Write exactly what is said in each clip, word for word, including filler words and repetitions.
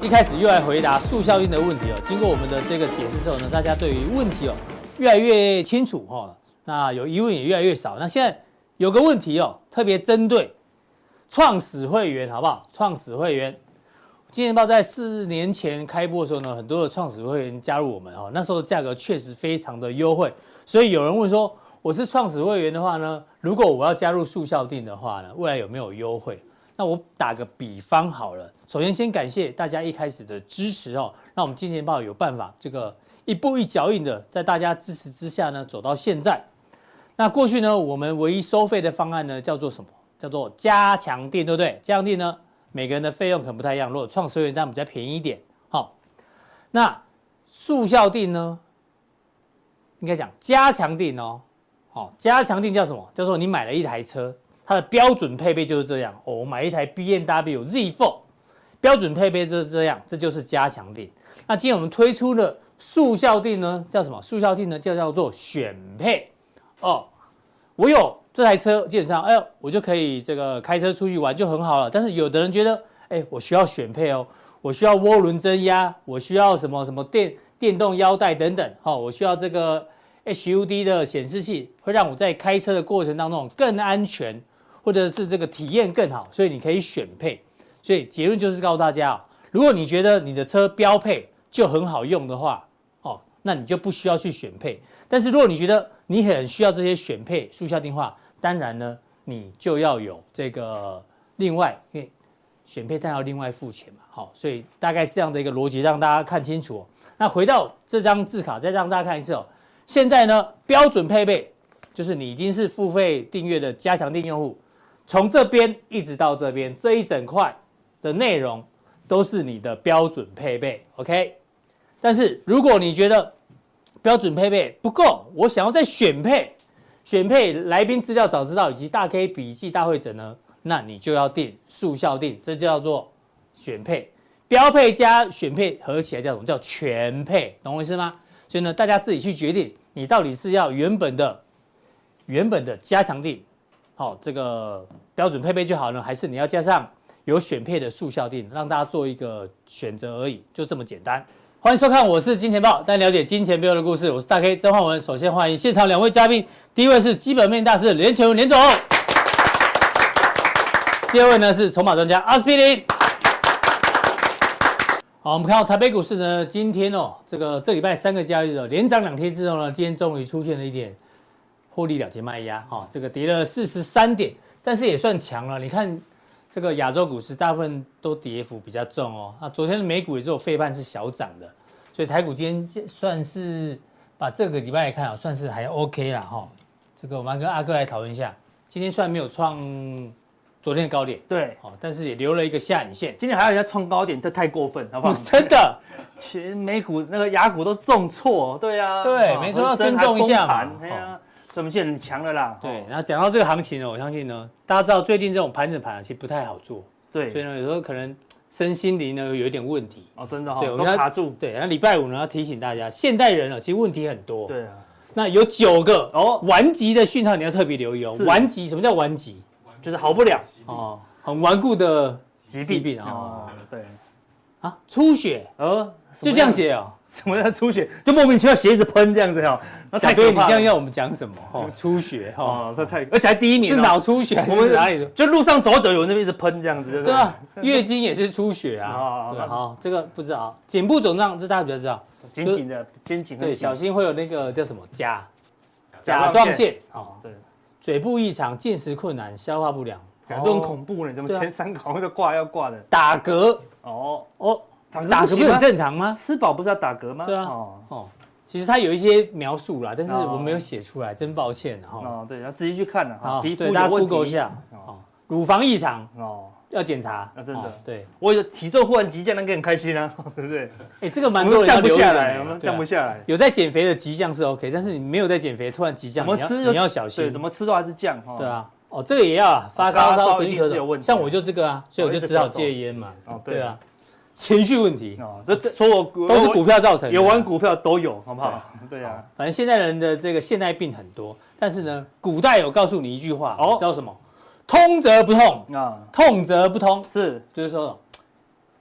一开始又来回答速效定的问题哦。经过我们的这个解释之后呢，大家对于问题哦越来越清楚哈、哦，那有疑问也越来越少。那现在有个问题哦，特别针对创始会员，好不好？创始会员，金钱豹在四年前开播的时候呢，很多的创始会员加入我们哦，那时候的价格确实非常的优惠，所以有人问说，我是创始会员的话呢，如果我要加入速效定的话呢，未来有没有优惠？那我打个比方好了，首先先感谢大家一开始的支持哦，让我们金钱豹有办法这个一步一脚印的在大家支持之下呢走到现在。那过去呢，我们唯一收费的方案呢叫做什么？叫做加强定，对不对？加强定呢，每个人的费用可能不太一样，如果创始会员当然比较便宜一点。好，那速效定呢，应该讲加强定哦。好，加强定叫什么？叫做你买了一台车。它的标准配备就是这样哦，我买一台 B M W Z 四， 标准配备就是这样，这就是加强定。那今天我们推出的速效定呢，叫什么？速效定呢，就叫做选配哦。我有这台车，基本上，哎呦，我就可以这个开车出去玩就很好了。但是有的人觉得，哎，我需要选配哦，我需要涡轮增压，我需要什么什么电电动腰带等等，哦，我需要这个 H U D 的显示器，会让我在开车的过程当中更安全。或者是这个体验更好，所以你可以选配。所以结论就是告诉大家，如果你觉得你的车标配就很好用的话，哦，那你就不需要去选配。但是如果你觉得你很需要这些选配速效定的话，当然呢，你就要有这个另外，因为选配但要另外付钱嘛。好，所以大概是这样的一个逻辑，让大家看清楚哦。那回到这张字卡，再让大家看一次哦。现在呢，标准配备就是你已经是付费订阅的加强定用户。从这边一直到这边，这一整块的内容都是你的标准配备 ，OK？ 但是如果你觉得标准配备不够，我想要再选配，选配来宾资料早知道以及大 K 笔记大会诊呢，那你就要定速效定，这叫做选配。标配加选配合起来叫什么？叫全配，懂我意思吗？所以呢，大家自己去决定，你到底是要原本的原本的加强定。好、哦，这个标准配备就好呢，还是你要加上有选配的速效定，让大家做一个选择而已，就这么简单。欢迎收看，我是金钱豹，带你了解金钱背后的故事。我是大 K 曾焕文。首先欢迎现场两位嘉宾，第一位是基本面大师连乾文连总，第二位呢是筹码专家阿司匹林。好，我们看到台北股市呢，今天哦，这个这礼拜三个交易日连涨两天之后呢，今天终于出现了一点。获利了结卖压，哈、哦，这个跌了四十三点，但是也算强了。你看这个亚洲股市大部分都跌幅比较重哦。那昨天的美股也只有费半是小涨的，所以台股今天算是把这个礼拜来看啊，算是还 OK 啦，哈、哦。这个我们跟阿哥来讨论一下，今天虽然没有创昨天的高点， 对， 哦，但是也留了一个下影线。 今天还有人家创高点，这太过分，好不好？ 真的， 全美股那个雅股都重挫，对啊， 对，哦、没错，要尊重一下嘛。 对啊。所以我们现在很强了啦。 对，然后讲到这个行情呢，我相信呢，大家知道最近这种盘整盘其实不太好做。 对， 所以呢，有时候可能身心灵呢有一点问题。 哦，真的哈、哦， 对，我们要卡住。 对，那礼拜五呢要提醒大家，现代人啊，其实问题很多。 对啊。 那有九个哦顽疾的讯号，你要特别留意哦。顽疾，什么叫顽疾？ 就是好不了哦，很顽固的疾病疾病哦。 对。 啊，出血。呃，就这样写哦。 什么叫出血？就莫名其妙血一直喷这样子哦。 小哥，你这样要我们讲什么？哦，出血哈。 哦，这太，而且还第一名。 是脑出血还是哪里？ 就路上走走，有人那边一直喷这样子，对不对？ 对啊，月经也是出血啊。对，好，这个不知道。颈部肿胀，这大家比较知道。 紧紧的，肩颈对，小心会有那个叫什么甲甲状腺哦。对，嘴部异常，进食困难，消化不良， 感觉都很恐怖呢。怎么前三个好像就挂要挂的？ 打嗝哦哦。打嗝不是很正常吗？ 吃饱不是要打嗝吗？ 对啊，哦哦，其实它有一些描述啦，但是我没有写出来，真抱歉哈。 哦，对，要自己去看了哈。 皮肤大家 Google 一下哦。乳房异常哦，要检查。 那真的， 对， 我有体重忽然急降，那个很开心啊，对不对？ 哎，这个蛮多人降不下来，我们降不下来。 有在减肥的急降是 OK， 但是你没有在减肥，突然急降， 怎么吃你要小心。 对，怎么吃都还是降。 对啊，哦，这个也要啊，发高烧、神经咳嗽，像我就这个啊，所以我就只好戒烟嘛。哦，对啊。情绪问题哦，这这所有都是股票造成的， 有玩股票都有，好不好？对啊， 反正现代人的这个现代病很多，但是呢，古代有告诉你一句话，哦，叫什么？通则不痛啊，痛则不通， 是， 就是说，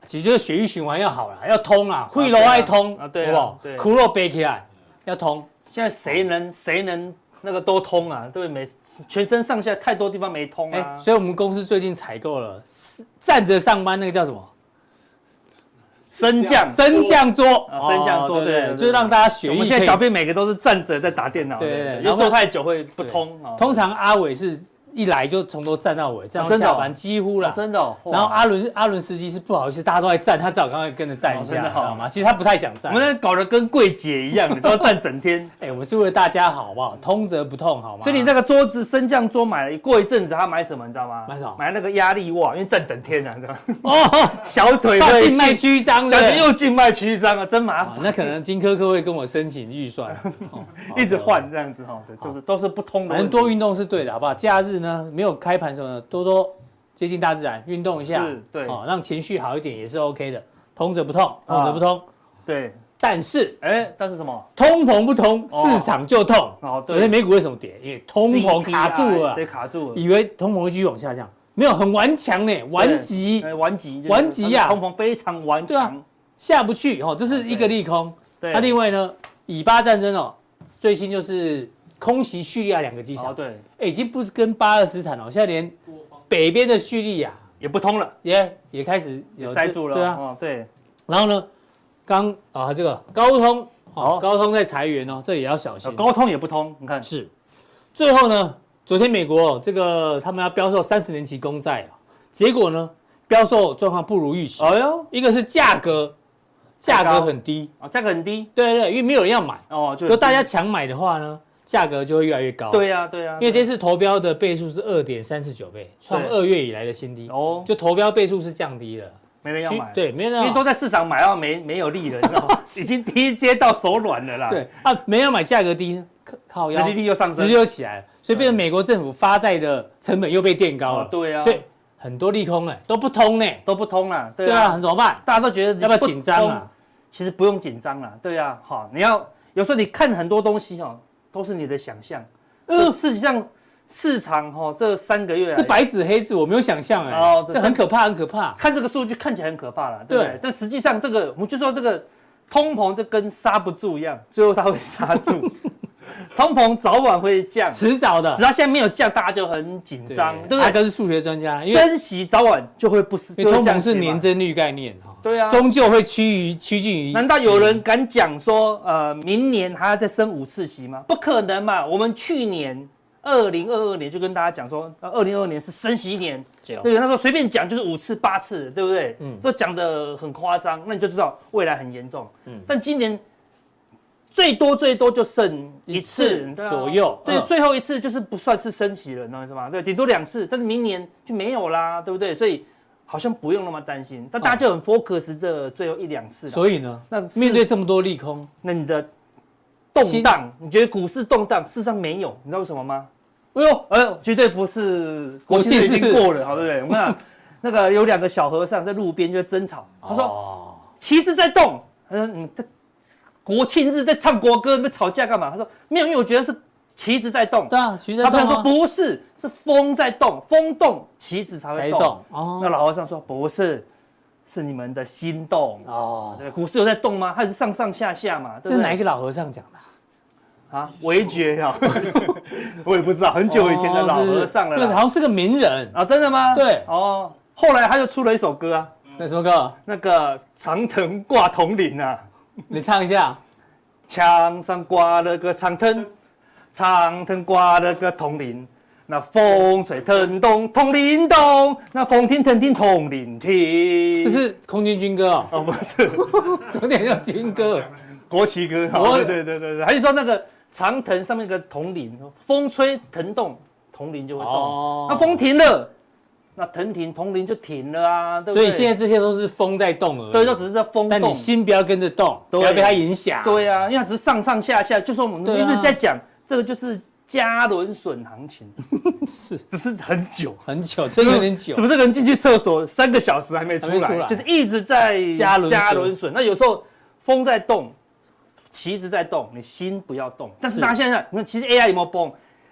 其实就是血液循环要好啦，要通啊，血路爱通啊，对啊，对， 苦肉背起来要通。 现在谁能谁能那个都通啊？对，每全身上下太多地方没通啊。 所以我们公司最近采购了站着上班那个叫什么？ 升降升降桌， 升降桌，对， 就是让大家血液。 我们现在小编每个都是站着在打电脑， 对， 因为坐太久会不通。 通常阿伟是一来就从头站到尾，这样下班几乎啦， 真的。 然后阿伦阿伦司机是不好意思，大家都在站，他只好赶快跟着站一下，知道吗？其实他不太想站。 我们搞得跟柜姐一样，都要站整天。 哎，我们是为了大家好，好不好？通则不痛，好吗？ 所以你那个桌子升降桌买了，过一阵子他买什么，你知道吗？ 买什么？ 买那个压力袜，因为站整天啊，你知道吗？哦，小腿会静脉曲张， 小腿又静脉曲张啊，真麻烦。 那可能金科科会跟我申请预算， 一直换这样子哈，对，都是都是不通的。 反正多运动是对的，好不好？假日呢没有开盘的时候呢，多多接近大自然，运动一下， 是，对， 哦，让情绪好一点也是 OK 的。通则不痛，痛则不通， 对。 但是， 哎，但是什么？ 通膨不通，市场就痛。 哦，对。 昨天美股为什么跌？因为通膨卡住了， 对，卡住了。 以为通膨会继续往下降，没有，很顽强呢，顽疾， 顽疾， 顽疾呀， 通膨非常顽强， 下不去哦，这是一个利空。 对。 那另外呢，以巴战争哦，最新就是空袭叙利亚两个机场， 哦，对， 已经不是跟巴勒斯坦哦，现在连北边的叙利亚也不通了， 也也开始有塞住了， 对啊， 哦，对。 然后呢，刚啊这个高通。哦，高通在裁员哦，这也要小心。 高通也不通，你看是。最后呢，昨天美国、哦、这个他们要标售三十年期公债啊，结果呢，标售状况不如预期。哎呦，一个是价格，价格很低啊，价格很低。 对对，因为没有人要买哦，就如果大家抢买的话呢，价格就会越来越高。 对呀、啊，对呀、啊。 因为这次投标的倍数是二点三四九倍，创二月以来的新低。哦，就投标倍数是降低了。 没人要买， 对，没人要买， 因为都在市场买到没没有利了，你知道吗？已经低阶到手软了啦。 对啊，没人买，价格低，靠腰， 殖利率又上升， 殖利率起来了，所以变成美国政府发债的成本又被垫高了。 对啊， 所以很多利空哎都不通呢， 都不通了。 对啊，怎么办？ 大家都觉得要不要紧张啊？ 其实不用紧张啦，对啊，好，你要有时候你看很多东西哈，都是你的想象，呃，实际上。市场哈，这三个月这白纸黑字，我没有想象哎，哦，这很可怕，很可怕。 看这个数据看起来很可怕啦，对不对？但实际上这个，我们就说这个通膨就跟刹不住一样，最后它会刹住。通膨早晚会降， 迟早的。 只要现在没有降，大家就很紧张，对不对？ 阿哥是数学专家， 升息早晚就会不是。 因为通膨是年增率概念哈， 对啊， 终究会趋于趋近于。 难道有人敢讲说，呃，明年还要再升五次息吗？不可能嘛！我们去年。二零二二年就跟大家讲说，二零二二年是升息年，对不对？那时候随便讲就是五次八次，对不对？嗯，都讲得很夸张，那你就知道未来很严重。嗯，但今年最多最多就剩一次左右， 对，最后一次就是不算是升息了，你懂我意思吗？对，顶多两次，但是明年就没有啦，对不对？所以好像不用那么担心，但大家就很 focus 这最后一两次。 所以呢，那面对这么多利空， 那你的动荡，你觉得股市动荡？事实上没有，你知道为什么吗？哎呦，呃，绝对不是国庆日已经过了，好对不对？我看那个有两个小和尚在路边就在争吵，他说旗子在动，他说你在国庆日在唱国歌，你们吵架干嘛？他说没有，因为我觉得是旗子在动。 对啊，旗子在动。 他朋友说不是，是风在动，风动旗子才会动。哦，那老和尚说不是，是你们的心动。哦，对，股市有在动吗？还是上上下下嘛？ 这是哪一个老和尚讲的？ 啊，韦觉啊，我也不知道，很久以前的老和尚了， 好像是个名人啊，真的吗？ 对， 哦，后来他就出了一首歌啊， 那什么歌？ 那个长藤挂铜铃啊， 你唱一下。 墙上挂了个长藤，长藤挂了个铜铃，那风吹腾动铜铃动，那风停腾停铜铃停。 这是空军军歌哦， 哦不是， 有点像军歌， 国旗歌。对对对对对，还是说那个。长藤上面一个铜铃，风吹腾动，铜铃就会动。哦、那风停了，那藤停，铜铃就停了啊，对不对？ 所以现在这些都是风在动而已。 对，就只是在风动。 但你心不要跟着动，不要被它影响。 对啊，因为它只是上上下下，就说我们一直在讲，啊、这个就是加仑笋行情。是，只是很久， 很久，真有点久。 怎么这个人进去厕所三个小时还没出来？出来就是一直在加仑笋。那有时候风在动。旗子在动，你心不要动。但是他现在，你看，其实 A I 有没有崩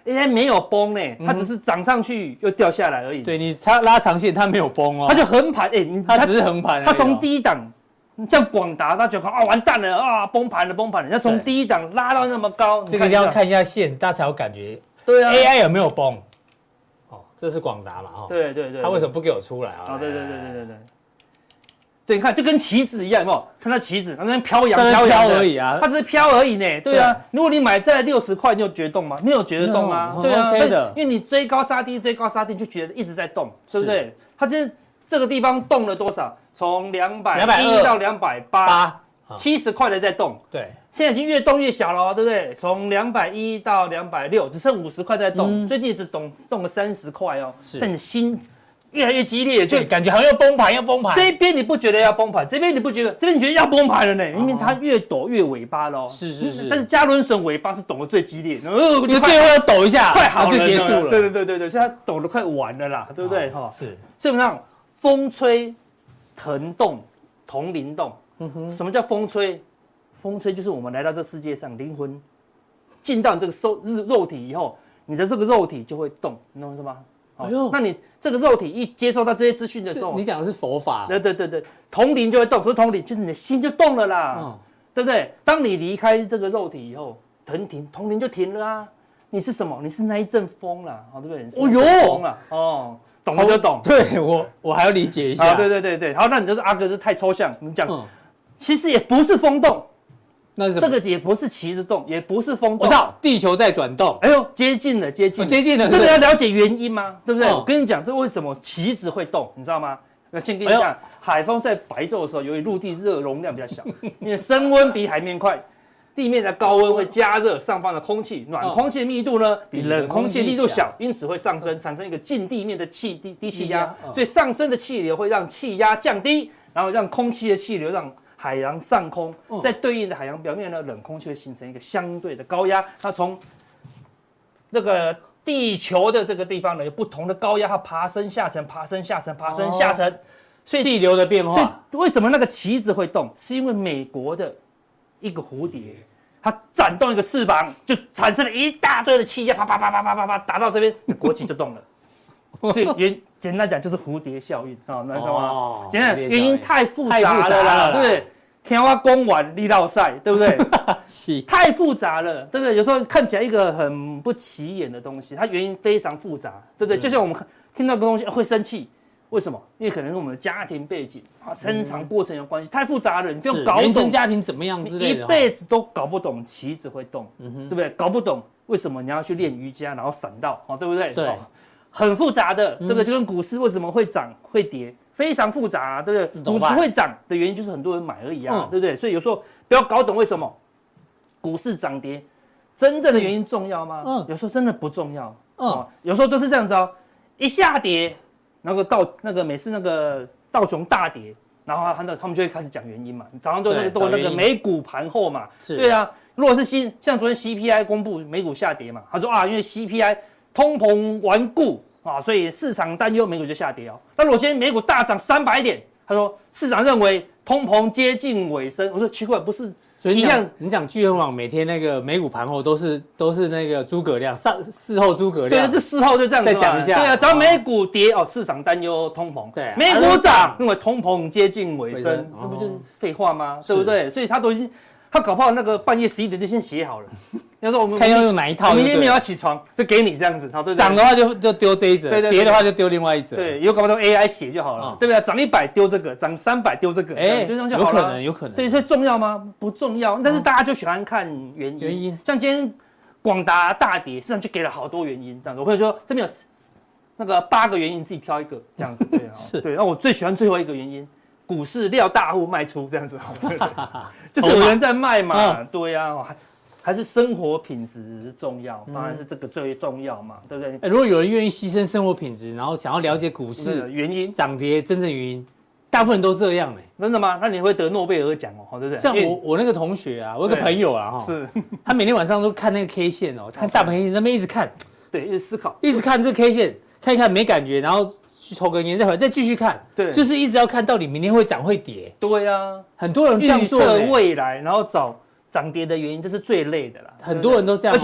A I 没有崩呢，它只是涨上去又掉下来而已。 对你拉拉长线，它没有崩哦， 它就横盘，哎，你它只是横盘， 它从低档。像广达，他就看啊，完蛋了啊，崩盘了，崩盘了。人家从低档拉到那么高， 这个一定要看一下线，大家才有感觉。 对啊 ，A I 有没有崩？哦，这是广达嘛，哈。 对对对。 他为什么不给我出来啊？ 哦，对对对对对对。对，你看，就跟棋子一样，有没有？看它棋子，它那边飘扬飘扬而已啊， 它只是飘而已呢。对啊，如果你买在六十块，你有觉得动吗？没有觉得动啊。对啊，因为你追高杀低，追高杀低，就觉得一直在动，对不对？它这这个地方动了多少？从两百一到两百八，七十块的在动。 对， 现在已经越动越小了、哦，对不对？从两百一到两百六，只剩五十块在动。嗯、最近只动动了三十块哦。是，但你心越来越激烈，就感觉好像要崩盘，要崩盘。 这边你不觉得要崩盘，这边你不觉得，这边你觉得要崩盘了呢？因为它越抖越尾巴喽。 是是是。 但是嘉伦笋尾巴是抖得最激烈， 呃，因为最后要抖一下， 快好了就结束了。 对对对对对，所以它抖得快完了啦，对不对？哈、哦， 是。 基本上风吹。腾动，同灵动。嗯哼，什么叫风吹？风吹就是我们来到这世界上，灵魂进到你这个肉肉体以后，你的这个肉体就会动，你懂我意思吗？哎呦，那你这个肉体一接收到这些资讯的时候， 你讲的是佛法。 对对对对，同灵就会动。什么同灵？就是你的心就动了啦，嗯、对不对？当你离开这个肉体以后，腾停，同灵就停了啊。你是什么？你是那一阵风啦，哦，对不对？哦呦，风啊，哦。懂了就懂， 对我我还要理解一下。 对对对对，好，那你就是阿哥是太抽象，你讲，嗯、其实也不是风动， 那是这个也不是旗子动，也不是风动， 我知道地球在转动。 哎呦，接近了，接近了， 哦、接近了， 这个要了解原因吗？对不对？ 嗯、 我跟你讲，这为什么旗子会动，你知道吗？那先跟你讲，哎、海风在白昼的时候，由于陆地热容量比较小，因为升温比海面快。地面的高温会加热上方的空气，暖空气的密度呢比冷空气密度小，因此会上升，产生一个近地面的气低低气压，所以上升的气流会让气压降低，然后让空气的气流让海洋上空，在对应的海洋表面呢，冷空气会形成一个相对的高压，它从那个地球的这个地方呢有不同的高压，它爬升下沉，爬升下沉，爬升下沉， 所以气流的变化。 所以为什么那个旗子会动？是因为美国的一个蝴蝶，它展动一个翅膀，就产生了一大堆的气压，啪啪啪啪啪啪啪打到这边，国旗就动了。所以原简单讲就是蝴蝶效应啊，能懂吗？简单原因太复杂了啦，对不对？天花公完力道赛，对不对？太复杂了，对不对？有时候看起来一个很不起眼的东西，它原因非常复杂，对不对？就像我们听到个东西会生气。为什么？因为可能是我们的家庭背景啊，生长过程有关系，太复杂了，你不用搞懂。 原生家庭怎么样之类的， 一辈子都搞不懂旗子会动，嗯、对不对？搞不懂为什么你要去练瑜伽，然后闪到，哦，对不对？ 对， 哦、很复杂的，对不对？就跟股市为什么会涨会跌，非常复杂、啊，对不对？股市会涨的原因就是很多人买而已啊，嗯、对不对？所以有时候不要搞懂为什么股市涨跌，真正的原因重要吗？嗯，有时候真的不重要，嗯，哦、有时候都是这样子哦，一下跌。那个道那个每次那个道琼大跌，然后他们他们就会开始讲原因嘛，早上都那个都那个美股盘后嘛，对啊，如果是新像昨天 C P I 公布美股下跌嘛，他说啊，因为 C P I 通膨顽固啊，所以市场担忧美股就下跌哦。那如果今天美股大涨三百点，他说市场认为通膨接近尾声，我说奇怪，不是。 所以你讲你讲钜亨网每天那个美股盘后都是都是那个诸葛亮上事后诸葛亮， 对，这事后就这样子再讲一下， 对啊，只要美股跌哦，市场担忧通膨， 对， 美股涨，因为通膨接近尾声，那不就是废话吗？对不对？所以他都已经，他搞不好那个半夜十一点就先写好了，要说我们看要用哪一套， 明天没有要起床，就给你这样子，好，对不对？ 涨的话就就丢这一则，跌的话就丢另外一则， 对，有搞不好 A I 写就好了，对不对？涨一百丢这个，涨三百丢这个，哎，就这样就好了。 有可能，有可能。 对，所以重要吗？不重要，但是大家就喜欢看原因。原因，像今天广达大跌，市场就给了好多原因，这样子。我朋友说这边有那个八个原因，自己挑一个，这样子。对啊，是对。那我最喜欢最后一个原因，股市廖大户卖出，这样子。就是有人在卖嘛，对呀。还是生活品质重要，当然是这个最重要嘛，对不对？ 欸、如果有人愿意牺牲生活品质，然后想要了解股市原因、 涨跌真正原因，大部分人都这样哎、欸， 真的吗？那你会得诺贝尔奖哦，对不对？ 像我我那个同学啊，我有个朋友啊，哈，是，他每天晚上都看那个 K 线哦，看大盘 K 线，那边一直看， 对，一直思考， 一直看这个 K 线，看一看没感觉，然后去抽根烟，再回来再继续看，对，就是一直要看到底明天会涨会跌。 对啊， 很多人这样做、欸， 预测未来，然后找涨跌的原因，这是最累的啦。 很多人都这样、哦， 而且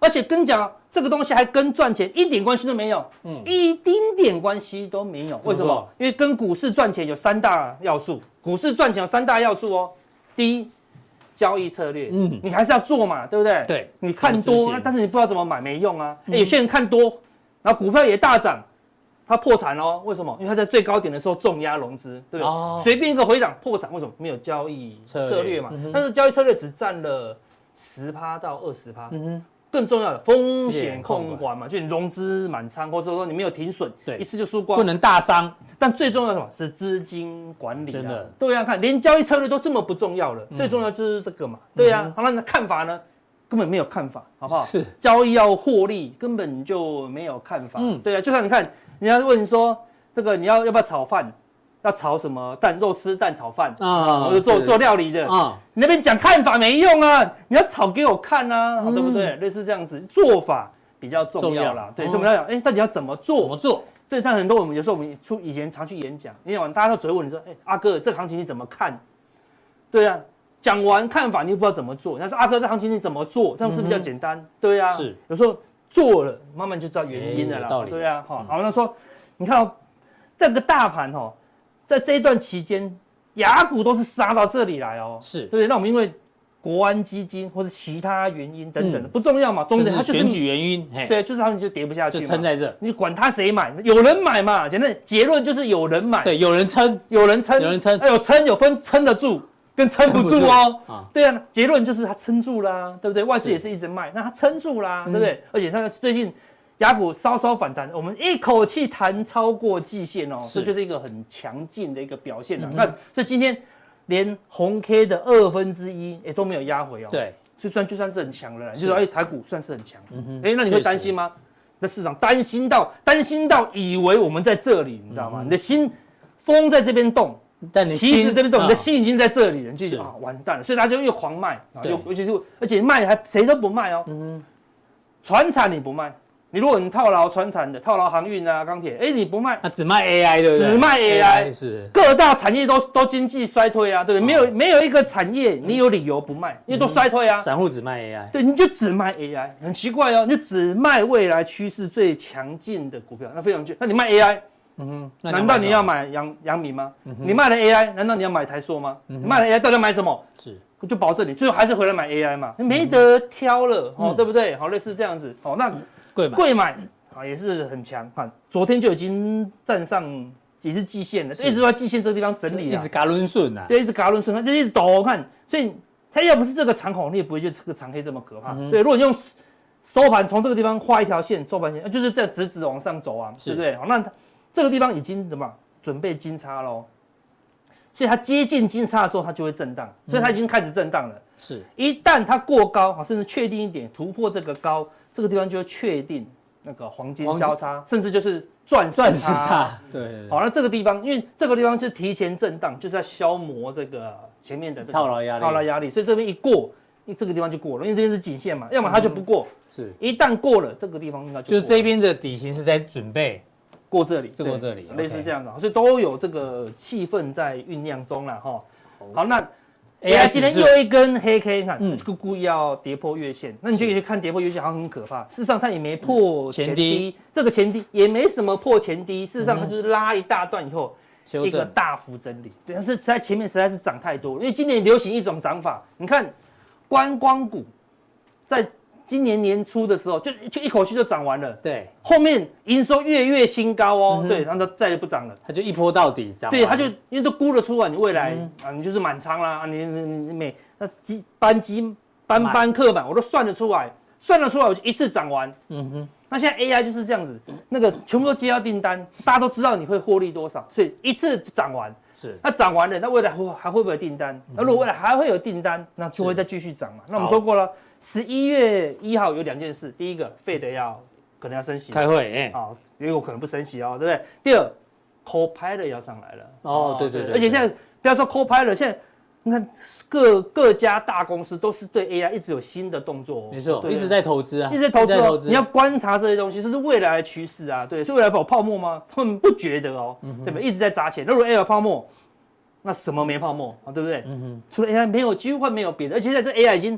而且跟你讲，这个东西还跟赚钱一点关系都没有，嗯，一丁点关系都没有。为什么？因为跟股市赚钱有三大要素，股市赚钱有三大要素哦。第一，交易策略，嗯，你还是要做嘛，对不对？ 对， 你看多，但是你不知道怎么买，没用啊。嗯、有些人看多，然后股票也大涨，他破产哦。为什么？因为他在最高点的时候重压融资，对不对？随、哦、便一个回档破产，为什么？没有交易策略嘛。略嗯、但是交易策略只占了十趴到二十趴。嗯哼。更重要的风险控管嘛，就你融资满仓，或者说你没有停损，对，一次就输光， 不能大伤。 但最重要的什么是资金管理、啊，真的对啊，看连交易策略都这么不重要了，嗯、最重要就是这个嘛，对啊。嗯、好，那看法呢？根本没有看法，好不好？是交易要获利，根本就没有看法。嗯，对啊，就像你看，人家问说这个你要要不要炒饭？要炒什么蛋肉丝蛋炒饭啊，或者做做料理的啊，你那边讲看法没用啊，你要炒给我看啊，嗯、对不对？类似这样子，做法比较重要啦。对，所以我们要讲，哎，到底要怎么做？怎么做？对，像很多我们有时候我们出以前常去演讲，演讲完大家都只会问你说，哎，阿哥，这行情你怎么看？对啊，讲完看法你又不知道怎么做，他说阿哥，这行情你怎么做？这样是比较简单。嗯、对啊，是有时候做了，慢慢就知道原因了啦。道理。对啊，哈，好，那说你看哦，这个大盘哦。在这一段期间，雅股都是杀到这里来哦，是对不对？那我们因为国安基金或是其他原因等等的、嗯、不重要嘛，重点它就是选举原因， 对，就是他们就跌不下去嘛， 就撑在这， 你管他谁买，有人买嘛，简单结论就是有人买， 对，有人撑， 有人撑， 有人撑， 哎，有撑有分撑得住跟撑不住哦，啊对啊，结论就是他撑住啦，对不对？外资也是一直卖，那他撑住啦，对不对？嗯、而且他最近。雅股稍稍反弹，我们一口气弹超过季线哦，这就是一个很强劲的一个表现了。嗯、那所以今天连红 K 的二分之一也都没有压回哦，对，所以算就算是很强了啦。就说哎，台股算是很强，哎、嗯欸，那你会担心吗？那市场担心到担心到以为我们在这里，你知道吗？嗯、你的心风在这边动，但你旗子这边动，哦、你的心已经在这里了，你就啊完蛋了，所以他就又狂卖，尤尤其是而且卖还谁都不卖哦，嗯，传产你不卖。你如果你套牢传产的，套牢航运啊、钢铁，哎，你不卖， 他只卖 A I 对不对？ 只卖 A I， 是各大产业都都经济衰退啊，对不对？没有没有一个产业你有理由不卖，因为都衰退啊。 散户只卖 A I， 对，你就只卖 A I， 很奇怪哦，你就只卖未来趋势最强劲的股票，那非常巨。那你卖 A I， 嗯哼，难道你要买阳阳明吗？你卖了 A I， 难道你要买台塑吗？你卖了 A I， 到底要买什么？是。就保证你最后还是回来买 A I 嘛，没得挑了哦，对不对？好，类似这样子，好，那贵买贵买。啊，也是很强，看昨天就已经站上也是季线了，一直都在季线这个地方整理了， 一直嘎轮顺啊， 对，一直嘎轮顺，它就一直抖，看，所以它要不是这个长孔，你也不会觉得这个长黑这么可怕。嗯、对，如果你用收盘从这个地方画一条线，收盘线就是这样直直往上走啊，对不对？好，那这个地方已经怎么准备金叉喽？所以它接近金叉的时候，它就会震荡，所以它已经开始震荡了。是，一旦它过高，甚至确定一点突破这个高，这个地方就会确定。那个黄金交叉，甚至就是钻石叉， 对, 对, 对， 好，那这个地方，因为这个地方就是提前震荡，就是在消磨这个前面的这个套牢压力， 套牢压力，所以这边一过，这个地方就过了，因为这边是颈线嘛，要么它就不过，嗯、是，一旦过了，这个地方应该就就是这边的底型是在准备过这里， 过这里， 类似这样子，所以都有这个气氛在酝酿中了哈。好，那。A I 今天又一根黑 K， 你看，嗯，故意要跌破月线，那你就可以看跌破月线好像很可怕，事实上它也没破前低，这个前低也没什么破前低，事实上它就是拉一大段以后，一个大幅整理，对，但是在前面实在是涨太多，因为今年流行一种涨法，你看观光股在今年年初的时候就就一口气就涨完了，对，后面营收月月新高哦，嗯、对，然后再也不涨了， 它就一波到底涨， 对，它就因为都估得出来你未来、嗯、啊，你就是满仓啦，啊，你你你每那机班机班班课板我都算得出来，算得出来我就一次涨完，嗯哼，那现在 A I 就是这样子，那个全部都接到订单，大家都知道你会获利多少，所以一次涨完。是，那涨完了，那未来会还会不会有订单？那如果未来还会有订单，那就会再继续涨嘛。那我们说过了，十一月一号有两件事，第一个 Fed 要可能要升息， 开会，哎， 啊，也有可能不升息哦，对不对？第二 ，Copilot 要上来了， 哦，对对对， 而且现在不要说 Copilot， 现在你看各各家大公司都是对 A I 一直有新的动作， 没错，一直在投资啊， 一直在投资哦。你要观察这些东西，这是未来的趋势啊，对，所以未来有泡沫吗？他们不觉得哦，对不对？一直在砸钱。如果 A I 有泡沫，那什么没泡沫啊？对不对？嗯哼，除了 A I 没有，几乎快没有别的。而且在这 A I 已经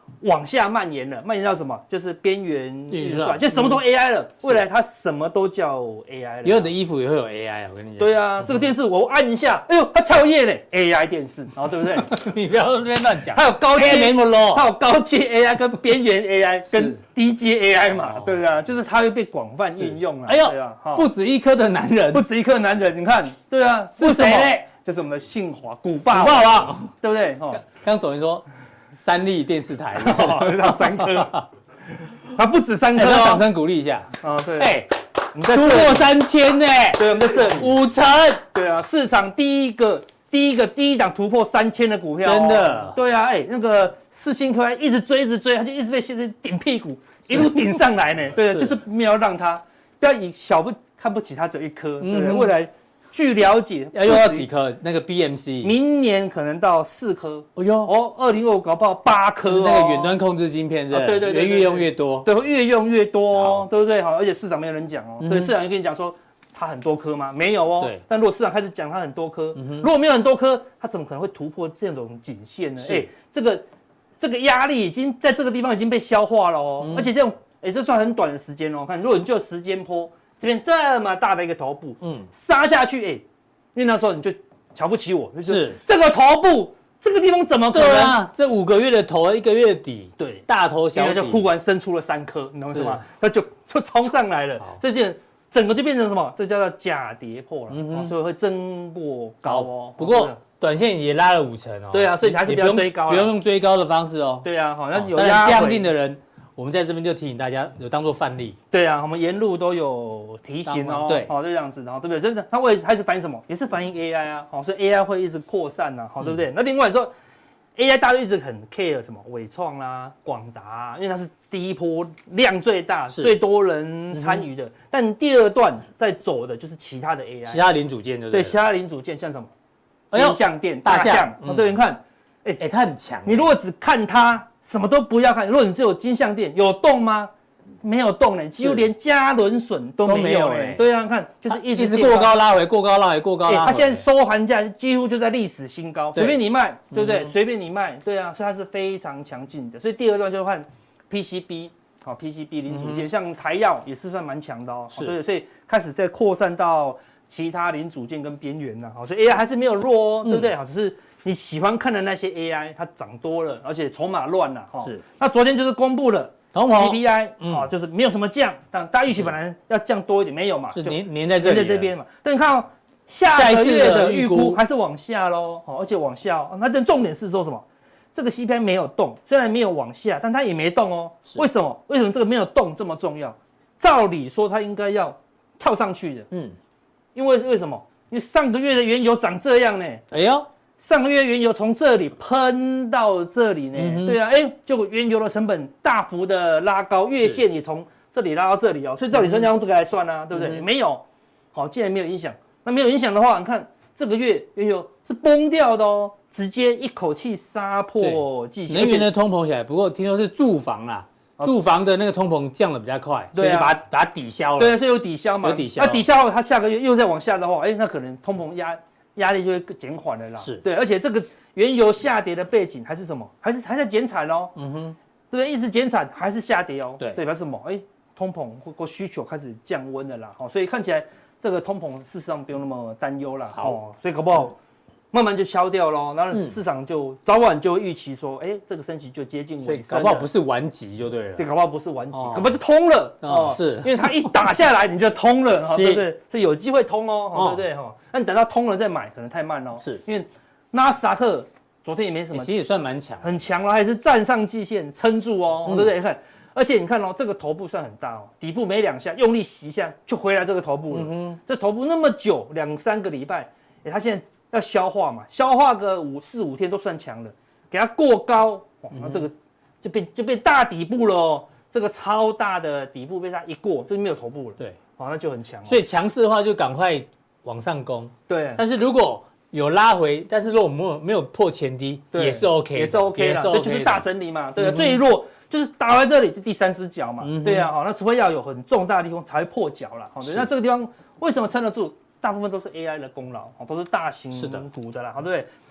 往下蔓延了，蔓延到什么？就是边缘运算， 算就什么都 A I 了。未来它什么都叫 A I 了。 以后的衣服也会有 A I， 我跟你讲。 对啊，这个电视我按一下，哎呦，它跳页嘞 ，A I 电视，然后对不对？ 你不要在那边乱讲。 它有高阶， 没那么 low， 它有高阶 A I 跟边缘 A I 跟低阶 A I 嘛，对不对？就是它会被广泛应用了。 哎呦， 啊， 不止一颗的男人， 不止一颗男人，你看，对啊， 是谁嘞？ 就是我们的信华古霸古霸王， 对不对？哦， 刚总监说。三立电视台， 到三颗，它不止三颗哦， 掌声鼓励一下。 哦，对， 哎，突破三千呢， 对，我们在这里五成， 对啊，市场第一个、第一个、第一档突破三千的股票， 真的， 对啊，哎，那个世芯科一直追，一直追，它就一直被现在顶屁股，一路顶上来呢，对，就是没有让它不要以小不看不起它，只有一颗，对不对？未来。据了解， 要用到几颗？那个 B M C， 明年可能到四颗。 哦哟， 哦，二零二五搞不好八颗哦。 那个远端控制晶片，对对对，越用越多， 对，越用越多，对不对？好，而且市场没有人讲哦，对，市场就跟你讲说它很多颗吗？没有哦。对。但如果市场开始讲它很多颗，如果没有很多颗，它怎么可能会突破这种颈线呢？哎，这个这个压力已经在这个地方已经被消化了哦，而且这种也是算很短的时间哦。看，如果你就时间波。这边这么大的一个头部，嗯，杀下去，哎、欸，因为那时候你就瞧不起我，就是这个头部这个地方怎么可能？ 对啊，这五个月的头，一个月的底， 对， 大头小底， 就忽然生出了三颗，你懂什么？它就就冲上来了，这件整个就变成什么？这叫做假跌破了，嗯、所以会增过高哦。 不过短线也拉了五成哦。 对啊，所以还是不要追高， 不用用追高的方式哦。 对啊，好像有压降定的人。我们在这边就提醒大家，有当做范例。 对啊，我们沿路都有提醒哦。对，好，就这样子，然后对不对？真的，它会还是反映什么？也是反映 A I 啊，好，所以 A I 会一直扩散呐，好，对不对？那另外说 ，A I 大家一直很 care 什么伟创啦、广达，因为它是第一波量最大、最多人参与的。但第二段在走的就是其他的 A I， 其他零组件对不对？ 对，其他零组件像什么？金像电、大象，哦，对，你看， 哎哎，它很强。 你如果只看它。什么都不要看，如果你只有金像电有动吗？没有动呢，几乎连加仑损都没有哎。对啊，看就是一直一直过高拉回，过高拉回，过高拉回。 它现在收盘价几乎就在历史新高，随便你卖，对不对？随便你卖，对啊，所以它是非常强劲的。所以第二段就看 P C B， 好 P C B 零组件，像台药也是算蛮强的哦。是，对，所以开始在扩散到其他零组件跟边缘了。好，所以 A I 还是没有弱哦，对不对？好，只是。你喜欢看的那些 A I， 它涨多了，而且筹码乱了哈。是。那昨天就是公布了 C P I， 啊，就是没有什么降，但大家预期本来要降多一点，没有嘛， 是粘粘在这里， 粘在这边嘛。但你看哦，下个月的预估还是往下喽，而且往下哦。那这重点是说什么？这个 C P I 没有动，虽然没有往下，但它也没动哦。为什么？为什么这个没有动这么重要？照理说它应该要跳上去的，嗯，因为为什么？因为上个月的原油涨这样呢？哎呦。上个月原油从这里喷到这里呢，嗯、对啊，哎，结果原油的成本大幅的拉高，月线也从这里拉到这里哦，所以照理说要用这个来算啊，对不对？嗯、没有，好，既然没有影响，那没有影响的话，你看这个月原油是崩掉的哦，直接一口气杀破季线， 能源的通膨起来，不过听说是住房啦。住房的那个通膨降得比较快，所以把它把它抵消了。 对，是有抵消嘛？ 有抵消。 那抵消后，它下个月又再往下的话，哎，那可能通膨压。压力就会减缓了啦，是对，而且这个原油下跌的背景还是什么？还是还在减产哦，嗯哼，对不对？一直减产还是下跌哦，对，代表什么？哎，通膨或需求开始降温了啦，好，所以看起来这个通膨事实上不用那么担忧啦，好，所以搞不好慢慢就消掉咯，然后市场就早晚就会预期说，哎，这个升息就接近尾声了， 所以搞不好不是完急就对了， 对，搞不好不是完急，搞不好就通了哦，是，因为它一打下来你就通了，对不对？是有机会通哦，对不对？哈，那你等到通了再买可能太慢哦，是因为纳斯达克昨天也没什么， 其实也算蛮强， 很强了，还是站上季线撑住哦，对不对？看，而且你看哦，这个头部算很大哦，底部没两下，用力洗一下就回来这个头部了，这头部那么久，两三个礼拜，哎，它现在。要消化嘛，消化个五四五天都算强了，给它过高，哇，那这个就变就变大底部了哦，这个超大的底部被它一过，这就没有头部了，对，哇，那就很强、哦。 所以强势的话就赶快往上攻， 对。 但是如果有拉回，但是如果没有没有破前低，也是 OK， 也是 OK 啦，这就是大整理嘛，对啊，嗯、最弱就是打在这里就第三只脚嘛，嗯、对啊，好，那除非要有很重大的地方才会破脚啦，好，那这个地方为什么撑得住？大部分都是 A I 的功劳，都是大型股的啦，好，对不对？那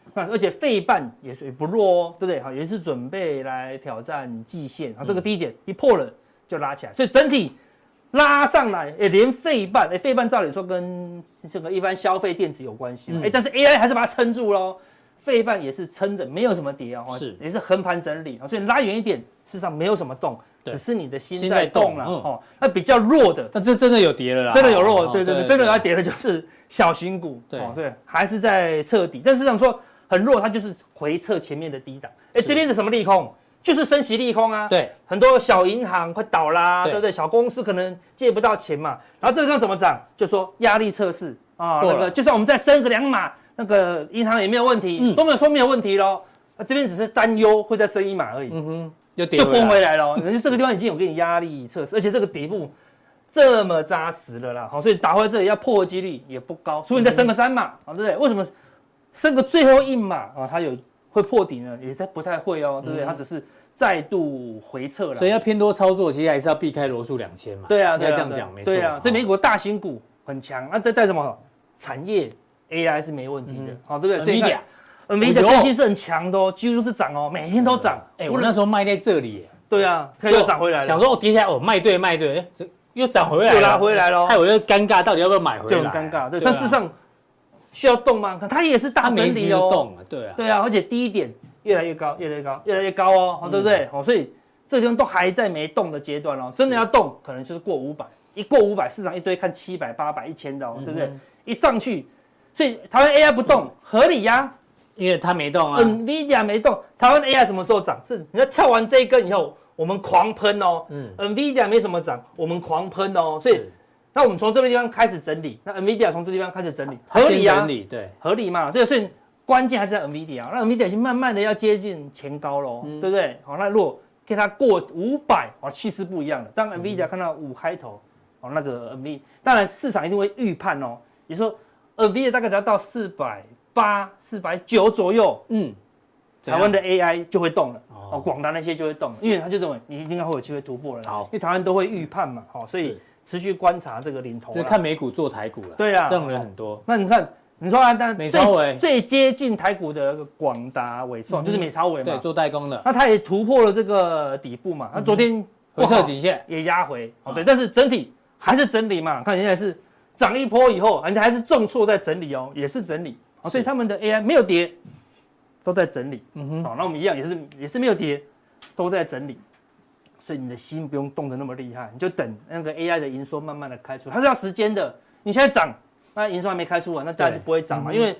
而且费半也是不弱哦，对不对？好，也是准备来挑战季线，啊，这个低点一破了就拉起来，所以整体拉上来，哎，连费半，哎，费半照理说跟这个一般消费电子有关系，哎、嗯，但是 A I 还是把它撑住喽，费半也是撑着，没有什么跌哦，是也是横盘整理，所以拉远一点，事实上没有什么动。只是你的心在动了、嗯、哦，那比较弱的， 那这真的有跌了啦， 真的有弱，哦、对对 对, 对，真的要跌的就是小型股， 对、 哦、对，还是在测底，但是想说很弱，它就是回测前面的低档，哎，这边的什么利空？就是升息利空啊， 对， 很多小银行快倒啦， 对, 对不对？小公司可能借不到钱嘛，然后这个上怎么涨？就说压力测试啊，那个就算我们再升个两码，那个银行也没有问题，嗯、都没有说没有问题咯，那这边只是担忧会再升一码而已，嗯哼。就崩回来了，可是这个地方已经有给你压力测试，而且这个底部这么扎实了啦，好，所以打回来这里要破的几率也不高，除非你再升个三码，啊，对不对？为什么升个最后一码啊？它有会破底呢？也是不太会哦，对不对？它只是再度回撤了， 所以要偏多操作，其实还是要避开罗素两千嘛。 对啊， 要这样讲没错。 对啊，所以美股大型股很强，那再带什么产业 A I 是没问题的，好，对不对？所以你看。Nvidia 最近是很强的哦，几乎是涨哦，每天都涨。 哎、欸，我那时候卖在这里， 对啊，又涨回来了。 想说哦，跌下来，我卖对卖对，哎、欸，这又涨回来了， 又拉回来了。 害我就尴尬，到底要不要买回来？ 就很尴尬，对。但事实上需要动吗？它也是大整理哦， 动了，对啊， 对啊，而且低点越来越高，越来越高，越来越高哦，嗯、对不对？哦，所以这个地方都还在没动的阶段哦，真的要动，可能就是过五百，一过五百，市场一堆看七百、八百、一千的哦，对不对？一上去，所以台湾 A I 不动、嗯、合理呀、啊。 因为它没动啊 ，Nvidia 没动，台湾 A I 什么时候涨？是你要跳完这一根以后，我们狂喷哦。嗯 ，Nvidia 没什么涨，我们狂喷哦。所以，那我们从这个地方开始整理，那 Nvidia 从这个地方开始整理，合理啊， 整理对， 合理嘛。对，所以关键还是在 Nvidia， 那 Nvidia 已经慢慢的要接近前高喽，嗯、对不对？好，那如果给它过五百，哦，气势不一样了。当 Nvidia 看到五开头，哦，那个 Nvidia， 当然市场一定会预判哦。也就是说 ，Nvidia 大概只要到四百。八四百九左右，嗯，台湾的 A I 就会动了，哦，广达那些就会动了，因为他就认为你一定要会有机会突破了，好，因为台湾都会预判嘛，好，所以持续观察这个领头， 就看美股做台股了， 对啊， 这种人很多。 那你看，你说啊，但美超微最接近台股的广达、伟创，就是美超微嘛， 对，做代工的， 那它也突破了这个底部嘛，那昨天回测颈线也压回，哦，对，但是整体还是整理嘛，看现在是涨一波以后，人家还是重挫在整理哦，也是整理。所以他们的 A I 没有跌，都在整理。嗯哼，好，那我们一样也是也是没有跌，都在整理。所以你的心不用动得那么厉害，你就等那个 A I 的营收慢慢的开出，它是要时间的。你现在涨，那营收还没开出啊，那当然就不会涨嘛。嗯、因为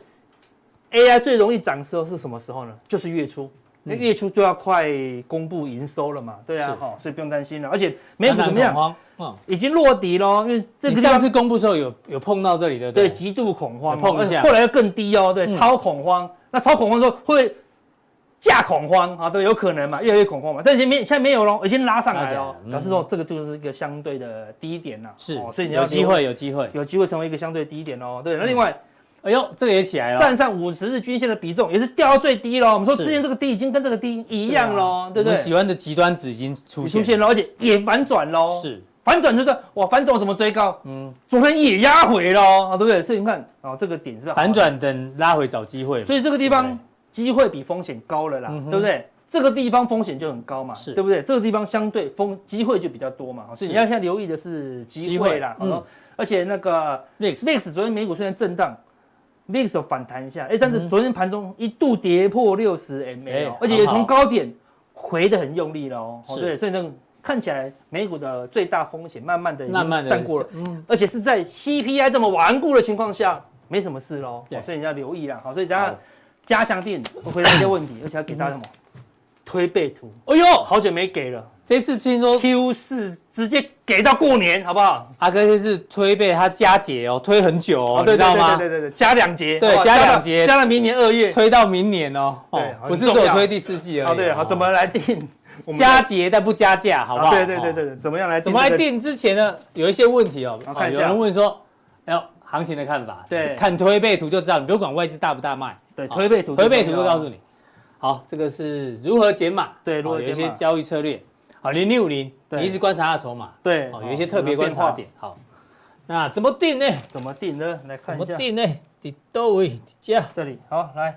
A I 最容易涨的时候是什么时候呢？就是月初，因为月初就要快公布营收了嘛。对啊，哈，所以不用担心了。而且美股怎么样？嗯，已经落底咯，因为这个你上次公布的时候有有碰到这里的， 对，极度恐慌， 碰一下， 后来又更低哦，对，嗯、超恐慌。那超恐慌说会价恐慌啊，对，有可能嘛，越来越恐慌嘛。但是现在现在没有咯，已经拉上来了，表示说这个就是一个相对的低点啦。 是， 哦、所以你要有机会，有机会， 有机会成为一个相对低点哦。对，那另外。 哎呦，这个也起来了， 站上五十日均线的比重也是掉到最低了。我们说之前这个低已经跟这个低一样了，对不对？ 我们喜欢的极端值已经出现出现了，而且也反转喽。 是反转就是哇，反转怎么追高？嗯，昨天也压回喽，对不对？所以你看哦，这个点是不是反转等拉回找机会？ 所以这个地方机会比风险高了啦，对不对？这个地方风险就很高嘛，对不对？这个地方相对风机会就比较多嘛，所以你要现在留意的是机会啦。嗯，而且那个 V I X 昨天美股虽然震荡。V I X 有反弹一下，哎，但是昨天盘中一度跌破六十 M A， 而且也从高点回得很用力了哦。对，所以那个看起来美股的最大风险慢慢的慢慢的淡过了，嗯，而且是在 C P I 这么顽固的情况下，没什么事喽。所以你要留意啦。好，所以大家加强定会回答一些问题，而且要给大家什么推背图。哎呦，好久没给了。 这次听说 Q 四直接给到过年，好不好？ 阿哥这次推背他加节哦，推很久哦，你知道吗？ 对对对对，加两节， 对，加两节， 加到明年二月， 推到明年哦。对，不是只有推第四季而已。 对，好，怎么来定？ 加节但不加价，好不好？ 对对对对，怎么样来？ 怎么来定？之前呢，有一些问题哦。有人问说，哎呦，行情的看法，对，看推背图就知道，你不用管外资大不大卖。 对，推背图， 推背图就告诉你。好，这个是如何减码？ 对，如何减码？有一些交易策略。好，零零五零，你一直观察它的筹码， 对， 哦，有一些特别观察点。好，那怎么定呢？ 怎么定呢？来看一下。 怎么定呢？底多位底价这里，好，来，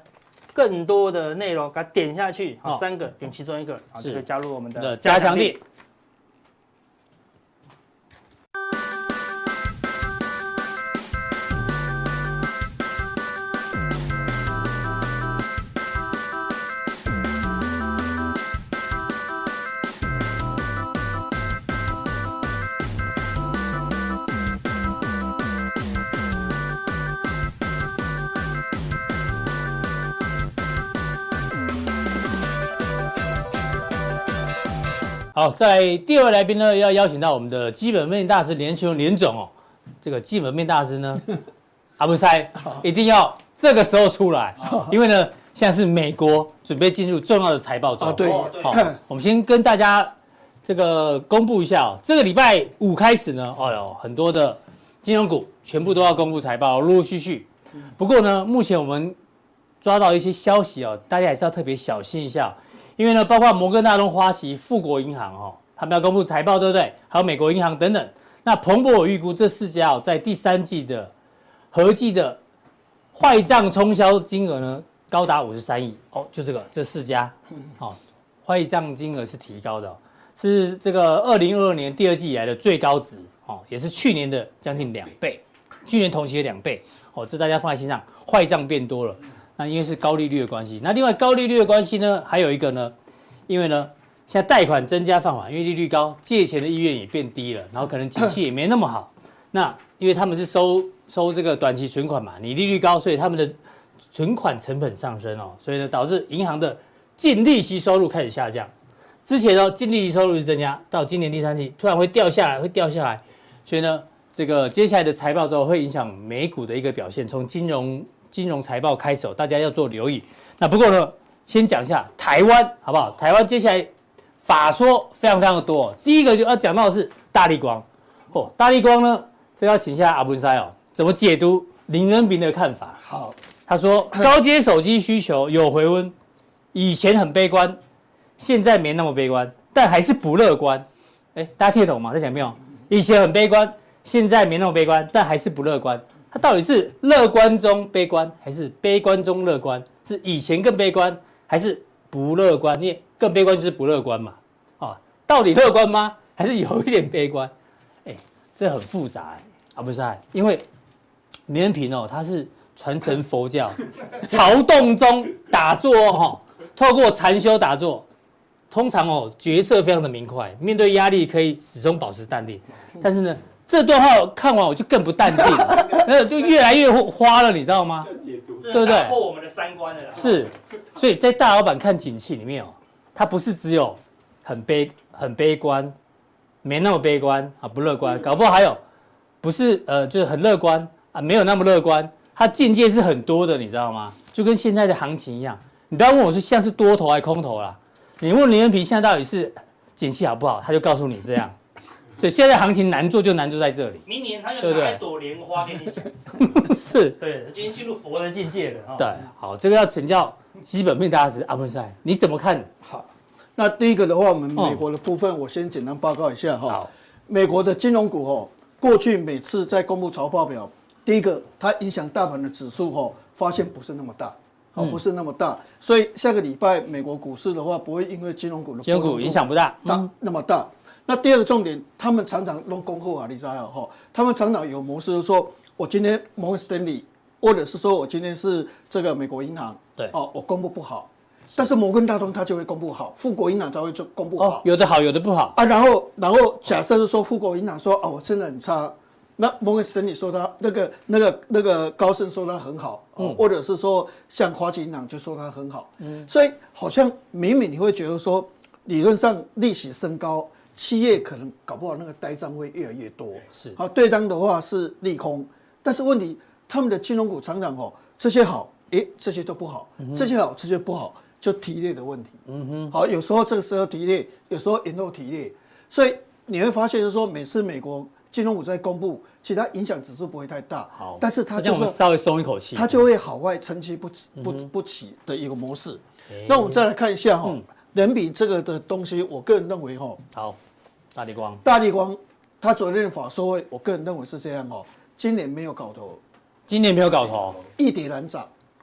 更多的内容，给它点下去，好， 哦三个点其中一个，好， 是就可以加入我们的加强力。好，在第二位来宾呢，要邀请到我们的基本面大师连球连总哦。这个基本面大师呢，阿布塞一定要这个时候出来，因为呢，现在是美国准备进入重要的财报周。 啊，对， 好，我们先跟大家这个公布一下哦，这个礼拜五开始呢，哦哟，很多的金融股全部都要公布财报，陆陆续续。不过呢，目前我们抓到一些消息哦，大家还是要特别小心一下。因为呢，包括摩根大通、花旗、富国银行哦，他们要公布财报，对不对？还有美国银行等等。那彭博有预估这四家哦，在第三季的合计的坏账冲销金额呢，高达五十三亿哦，就这个这四家，哦，坏账金额是提高的、哦，是这个二零二二年第二季以来的最高值哦，也是去年的将近两倍，去年同期的两倍哦，这大家放在心上，坏账变多了。那因为是高利率的关系，那另外高利率的关系呢，还有一个呢，因为呢，现在贷款增加放缓，因为利率高，借钱的意愿也变低了，然后可能景气也没那么好。那因为他们是收收这个短期存款嘛，你利率高，所以他们的存款成本上升哦，所以呢，导致银行的净利息收入开始下降。之前呢，净利息收入是增加，到今年第三季突然会掉下来，会掉下来，所以呢，这个接下来的财报之后会影响美股的一个表现，从金融。金融财报开手，大家要做留意。那不过呢，先讲一下台湾好不好？台湾接下来法说非常非常的多。第一个就要讲到的是大立光哦，大立光呢，这要请一下阿文塞哦，怎么解读林恩平的看法？ 好， 他说高阶手机需求有回温，以前很悲观，现在没那么悲观，但还是不乐观。哎，大家听得懂吗？再讲一遍哦，以前很悲观，现在没那么悲观，但还是不乐观。它到底是乐观中悲观，还是悲观中乐观？是以前更悲观，还是不乐观？因为更悲观就是不乐观嘛。啊，到底乐观吗？还是有一点悲观？哎，这很复杂哎。啊，不是哎，因为林恩平哦，他是传承佛教，曹洞宗打坐哦，透过禅修打坐，通常哦角色非常的明快，面对压力可以始终保持淡定。但是呢，这段话看完我就更不淡定了，那就越来越花了，你知道吗？对不对？ 打破我们的三观了啦。 是，所以在大老板看景气里面哦，他不是只有很悲很悲观，没那么悲观啊，不乐观，搞不好还有不是呃就是很乐观啊，没有那么乐观，他境界是很多的，你知道吗？就跟现在的行情一样，你不要问我说像是多头还是空头啦，你问林恩平现在到底是景气好不好，他就告诉你这样。所以现在行情难做就难做在这里。 明年他就拿一朵莲花给你讲。 是。 对，他今天进入佛的境界了。哦、 对，好，这个要请教基本面大师阿文塞，你怎么看？ 好，那第一个的话，我们美国的部分，我先简单报告一下哈。 好， 美国的金融股哦，过去每次在公布财报表，第一个它影响大盘的指数哦，发现不是那么大。哦，不是那么大，所以下个礼拜美国股市的话，不会因为金融股的金融股影响不大， 大那么大。那第二个重点，他们常常弄供货啊，你知道哈？他们常常有模式，说我今天摩根士丹利，或者是说我今天是这个美国银行， 对， 哦，我公布不好，但是摩根大通它就会公布好，富国银行才会就公布好， 哦，有的好，有的不好啊。然后，然后假设是说富国银行说啊，我真的很差。那摩根士丹利说他那个那个那个高盛说他很好，嗯，或者是说像花旗银行就说他很好，嗯，所以好像明明你会觉得说，理论上利息升高，企业可能搞不好那个呆账会越来越多， 是好对当的话是利空，但是问题他们的金融股常常哦这些好，诶这些都不好，嗯、这些好这些不好，就提列的问题，嗯哼，好有时候这个时候提列，有时候延后提列，所以你会发现就是说每次美国金融股在公布，其他影响指数不会太大， 好， 但是它就让我们稍微松一口气， 它就会好坏参差不不不齐的一个模式。那我们再来看一下哈，人比这个的东西，我个人认为哈， 好，大立光， 大立光，它昨天的法说会，我个人认为是这样哦，今年没有搞头， 今年没有搞头， 一跌难涨，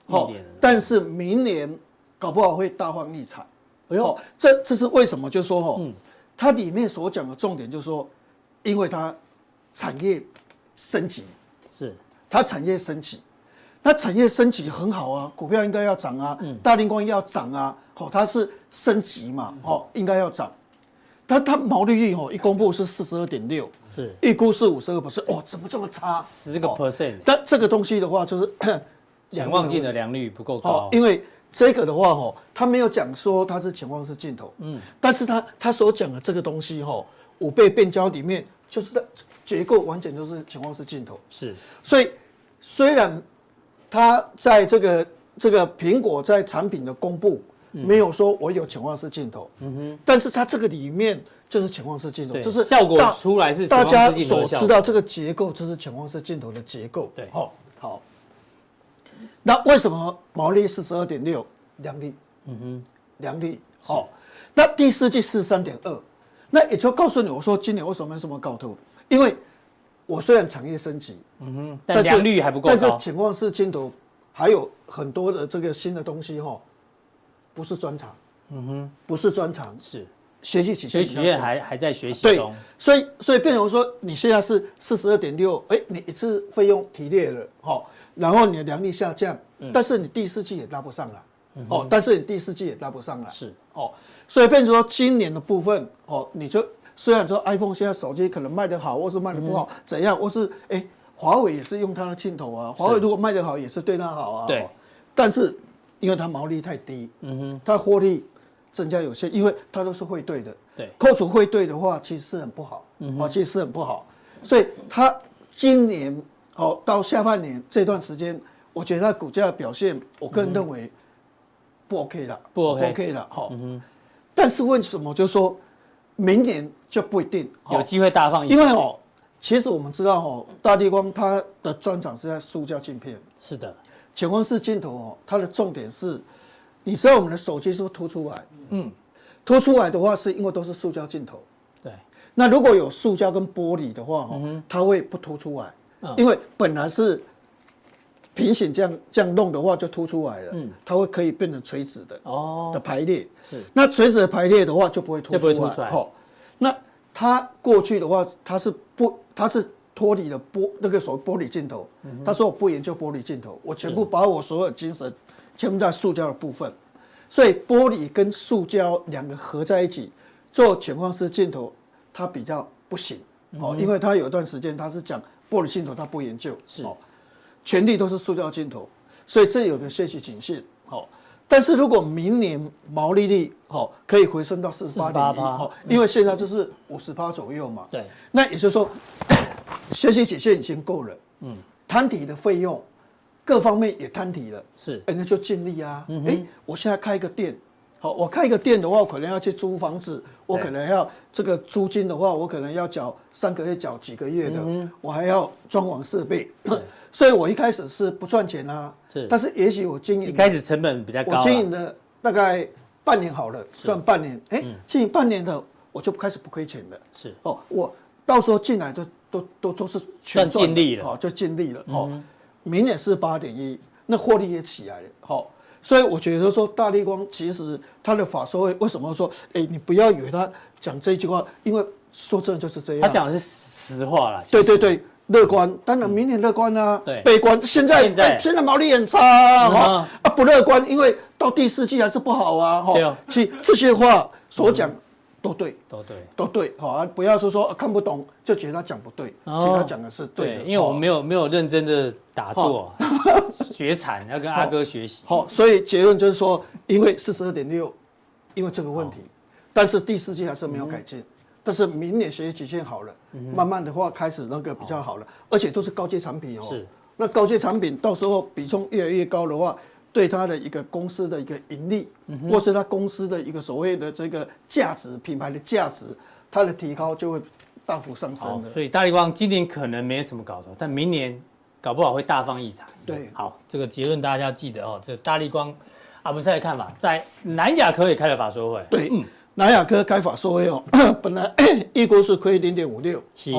哦，但是明年搞不好会大放异彩。哎呦，哦、这这是为什么？就是说哦，嗯、它里面所讲的重点就是说，因为它产业升级， 是它产业升级，那产业升级很好啊，股票应该要涨啊，嗯、大立光要涨啊，哦，它是升级嘛，哦，应该要涨。它它毛利率哦，一公布是四十二点六， 是预估是五十二 percent， 哦，怎么这么差？ 十个 percent。 但这个东西的话，就是潜望镜的良率不够高， 因为这个的话哦，他没有讲说它是潜望式镜头，嗯，但是他他所讲的这个东西哦，五倍变焦里面就是在结构完全就是潜望式镜头， 是， 所以虽然它在这个这个苹果在产品的公布。没有说我有潜望式镜头，嗯哼，但是它这个里面就是潜望式镜头，就是效果出来是大家所知道这个结构，就是潜望式镜头的结构。 对， 好，好。那为什么毛利四十二点六，良率？嗯哼，良率。好，那第四季四十三点二，那也就告诉你，我说今年为什么没什么搞头？因为我虽然产业升级， 嗯哼，但良率还不够高， 但是潜望式镜头还有很多的这个新的东西哈。不是专长，嗯哼，不是专长， 是学习曲线，学习曲线还还在学习中， 所以所以变成说你现在是四十二点六，哎，你一次费用提列了，哦，然后你的良率下降，嗯、但是你第四季也拉不上来，嗯、哦，但是你第四季也拉不上来， 是哦，所以变成说今年的部分，哦，你就虽然说 iPhone 现在手机可能卖得好，或是卖得不好，嗯、怎样，或是哎，华为也是用它的镜头啊，华为如果卖得好，也是对它好啊， 对， 哦、但是。因为它毛利太低，嗯哼，它获利增加有限，因为它都是汇兑的， 对， 扣除汇兑的话，其实是很不好，嗯啊，其实是很不好，所以它今年哦到下半年这段时间，我觉得它股价的表现，我个人认为不 OK 了， 不 OK OK 了，哈，嗯哼，但是为什么就是说明年就不一定有机会大放异彩？ 因为哦，其实我们知道哦，大立光它的专长是在塑胶镜片， 是的。 潜望式镜头哦，它的重点是，你知道我们的手机是不是凸出来？嗯，凸出来的话，是因为都是塑胶镜头。 对。 那如果有塑胶跟玻璃的话，哦，它会不凸出来，嗯、因为本来是平行这样这样弄的话就凸出来了，嗯，它会可以变成垂直的哦的排列。是。那垂直的排列的话就不会凸出来。就不会凸出来。哦，那它过去的话，它是不，它是。脱离了玻那个所谓玻璃镜头，嗯、他说我不研究玻璃镜头，我全部把我所有精神全部在塑胶的部分，所以玻璃跟塑胶两个合在一起做潜望式镜头，它比较不行、嗯、哦，因为他有一段时间他是讲玻璃镜头他不研究，是哦，全力都是塑胶镜头，所以这有个学习倾向，哦，但是如果明年毛利率哦可以回升到四十八点一，哦，因为现在就是五十趴左右嘛， 对， 那也就是说。学习曲线已经够了，嗯，摊提的费用，各方面也摊提了， 是， 哎，那就尽力啊，哎、嗯欸，我现在开一个店，好，我开一个店的话，我可能要去租房子，我可能要这个租金的话，我可能要缴三个月，缴几个月的，嗯、我还要装潢设备，所以我一开始是不赚钱啊，是，但是也许我经营， 一开始成本比较高， 我经营了大概半年好了，算半年，哎、欸，经营半年的我就开始不亏钱了， 是， 哦，我到时候进来都。都都都是全尽力了， 好，就尽力了，哦，明年是八点一，那获利也起来了，好，所以我觉得说大立光其实他的法说会为什么说，哎，你不要以为他讲这句话，因为说真的就是这样， 他讲的是实话啦， 对对对，乐观，当然明年乐观啊， 对， 悲观，现在现在现在毛利很差啊，哈啊不乐观，因为到第四季还是不好啊，哈，其实这些话所讲。都对， 都对， 都对，好啊！不要说说看不懂就觉得他讲不对，其实他讲的是对的。 因为我没有没有认真的打坐学禅，要跟阿哥学习。 好，所以结论就是说，因为四十二点六，因为这个问题，但是第四季还是没有改进。但是明年学习曲线好了，慢慢的话开始那个比较好了，而且都是高阶产品哦。是，那高阶产品到时候比重越来越高的话。对它的一个公司的一个盈利，嗯、或是它公司的一个所谓的这个价值、品牌的价值，它的提高就会大幅上升的。 所以大立光今年可能没什么搞头，但明年搞不好会大放异彩。 对， 好，这个结论大家要记得哦。这个大立光阿不赛的看法，在南亚科也开了法说会。 对，嗯、南亚科开法说会哦，本来预估是亏零点五六，哦，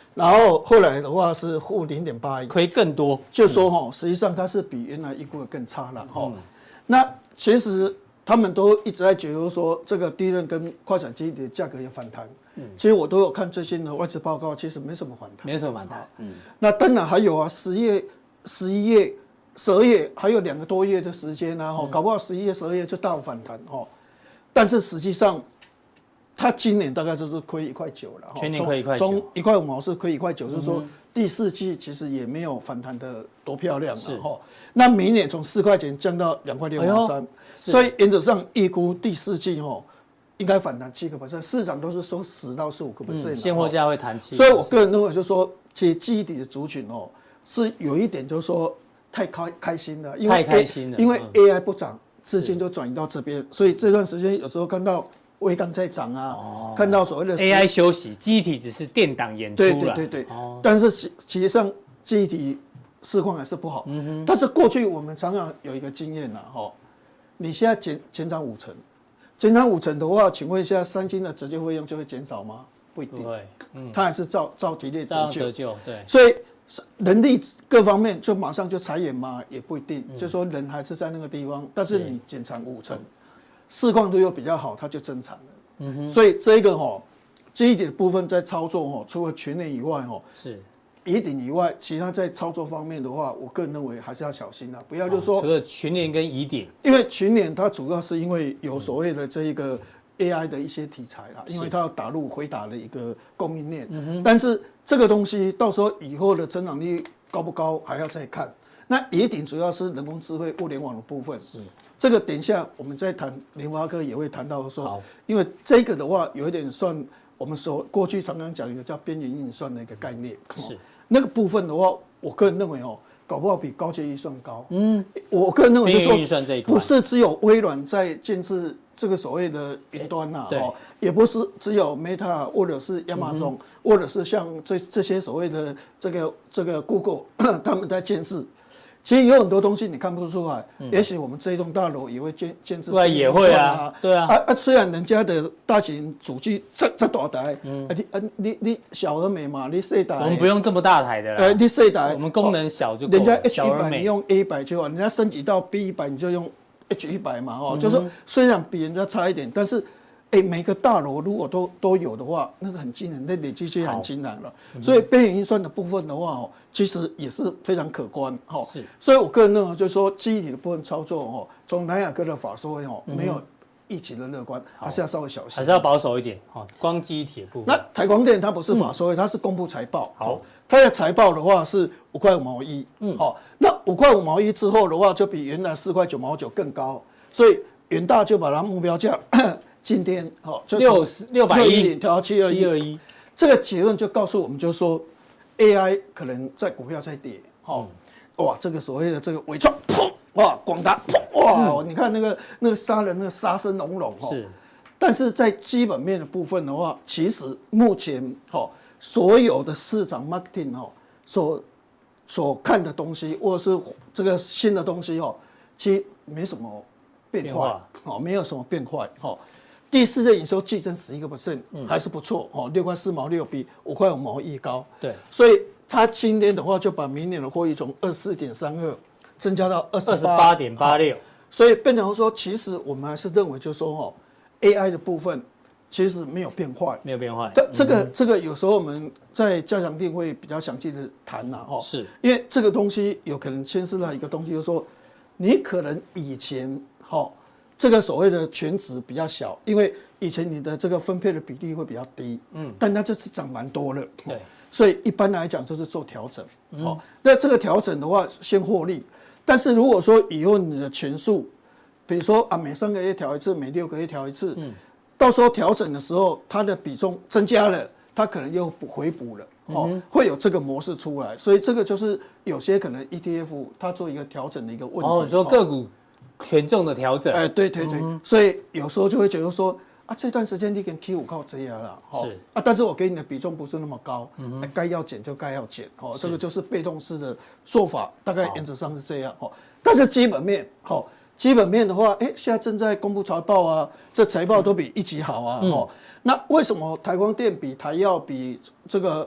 然后后来的话是负零点八亿， 亏更多， 就说哈，实际上它是比原来预估的更差了哈。那其实他们都一直在觉得说，这个低润跟快闪基底的价格有反弹。其实我都有看最新的外资报告，其实没什么反弹， 没什么反弹。嗯， 那当然还有啊，十月、十一月、十二月还有两个多月的时间啊，哈、嗯，搞不好十一月、十二月就大反弹哈。但是实际上，它今年大概就是亏一块九了， 全年亏一块九， 从一块五毛是亏一块九，就是说第四季其实也没有反弹的多漂亮了哈。那明年从四块钱降到两块六毛三，所以原则上预估第四季哈。应该反弹七个 percent， 市场都是说十到十五个 percent， 现货价会弹七， 所以我个人认为就是说，其实记忆体的族群哦，是有一点就是说太开开心了，因为太开心了， 因为 A I 不涨，资金就转移到这边，所以这段时间有时候看到微钢在涨啊，哦、看到所谓的 A I 休息，记忆体只是垫档演出了， 对对对对，哦、但是实际上记忆体市况还是不好，嗯哼，但是过去我们常常有一个经验呐，哈，你现在减减涨五成。减产五成的话，请问一下，三星的折旧费用就会减少吗？不一定， 对，嗯， 它还是照照提列折旧， 折旧，对， 所以人力各方面就马上就裁员吗？也不一定，嗯、就说人还是在那个地方，但是你减产五成，市况度又比较好，它就增产了，嗯哼，所以这个哈、哦，这一点部分在操作哈、哦，除了全年以外哈、哦， 是。 乙顶以外，其他在操作方面的话，我个人认为还是要小心啊，不要就是说、 哦、除了群联跟乙顶， 因为群联它主要是因为有所谓的这一个 A I 的一些题材啦，因为它要打入回答的一个供应链，嗯、但是这个东西到时候以后的增长率高不高还要再看。那乙顶主要是人工智慧、物联网的部分，是这个等一下我们在谈联发科也会谈到说，因为这个的话有一点算我们所过去常常讲一个叫边缘运算的一个概念，是。那个部分的话，我个人认为哦，搞不好比高阶预算高。嗯，我个人认为就是说，不是只有微软在建制这个所谓的云端呐、啊，哦，也不是只有 Meta 或者是亚马逊，或者是像这这些所谓的这个这个 Google 他们在建制。其实有很多东西你看不出来，嗯、也许我们这一栋大楼也会建建制， 对，也会啊，对啊， 啊啊，虽然人家的大型主机这这大台，嗯，啊你啊你你小而美嘛，你细台， 我们不用这么大台的啦， 呃，你细台， 我们功能小就够了， 人家 H 一百你用 A 一百就好，人家升级到 B 一百你就用 H 一百嘛，哦，嗯、就是说虽然比人家差一点，但是。哎，每个大楼如果都都有的话，那个很惊人，那累积就很惊人了。所以边缘运算的部分的话，哦，其实也是非常可观，哈。是。所以我个人认为，就是说记忆体的部分操作，哦，从南亚科的法说，哦，没有预期的乐观，还是要稍微小心， 还是要保守一点，哈。光记忆体的部分。 那台光电它不是法说，它是公布财报。好，它的财报的话是五块五毛一，嗯，好，那五块五毛一之后的话，就比原来四块九毛九更高，所以元大就把它目标价。今天好，就六十六百一调到七二一，这个结论就告诉我们，就是说 A I 可能在股票在跌，好、嗯，哇，这个所谓的这个伟创，砰，哇，广达，砰，哇，嗯、你看那个那个杀人那个杀声隆隆，是，但是在基本面的部分的话，其实目前哈所有的市场 marketing 哈所所看的东西，或者是这个新的东西哈，其实没什么变化，哦，没有什么变坏，哈。第四季营收季增十一个 percent， 还是不错哦，六块四毛六比五块五毛一高。对，所以它今年的话就把明年的获利从二四点三二增加到二十八点八六， 所以变成说，其实我们还是认为就是说哦 ，A I 的部分其实没有变坏， 没有变坏。 但这个、嗯、这个有时候我们在加强定会比较详细的谈呐，哦，是因为这个东西有可能牵涉到一个东西，就是说你可能以前哈。这个所谓的权值比较小，因为以前你的这个分配的比例会比较低，嗯，但它这次涨蛮多了，对，所以一般来讲就是做调整，嗯、哦，那这个调整的话先获利，但是如果说以后你的权数，比如说啊每三个月调一次，每六个月调一次，嗯，到时候调整的时候它的比重增加了，它可能又补回补了，哦，嗯、会有这个模式出来，所以这个就是有些可能 E T F 它做一个调整的一个问题， 哦，你说个股。权重的调整， 哎、欸，对对对，嗯、所以有时候就会觉得说啊，这段时间你跟 Q 五靠这样了，是啊，但是我给你的比重不是那么高，嗯、该要减就该要减，哦，这个就是被动式的做法，大概原则上是这样，哦，但是基本面，哦，基本面的话，哎、欸，现在正在公布财报啊，这财报都比一级好啊，嗯、哦，那为什么台光电比台耀比这个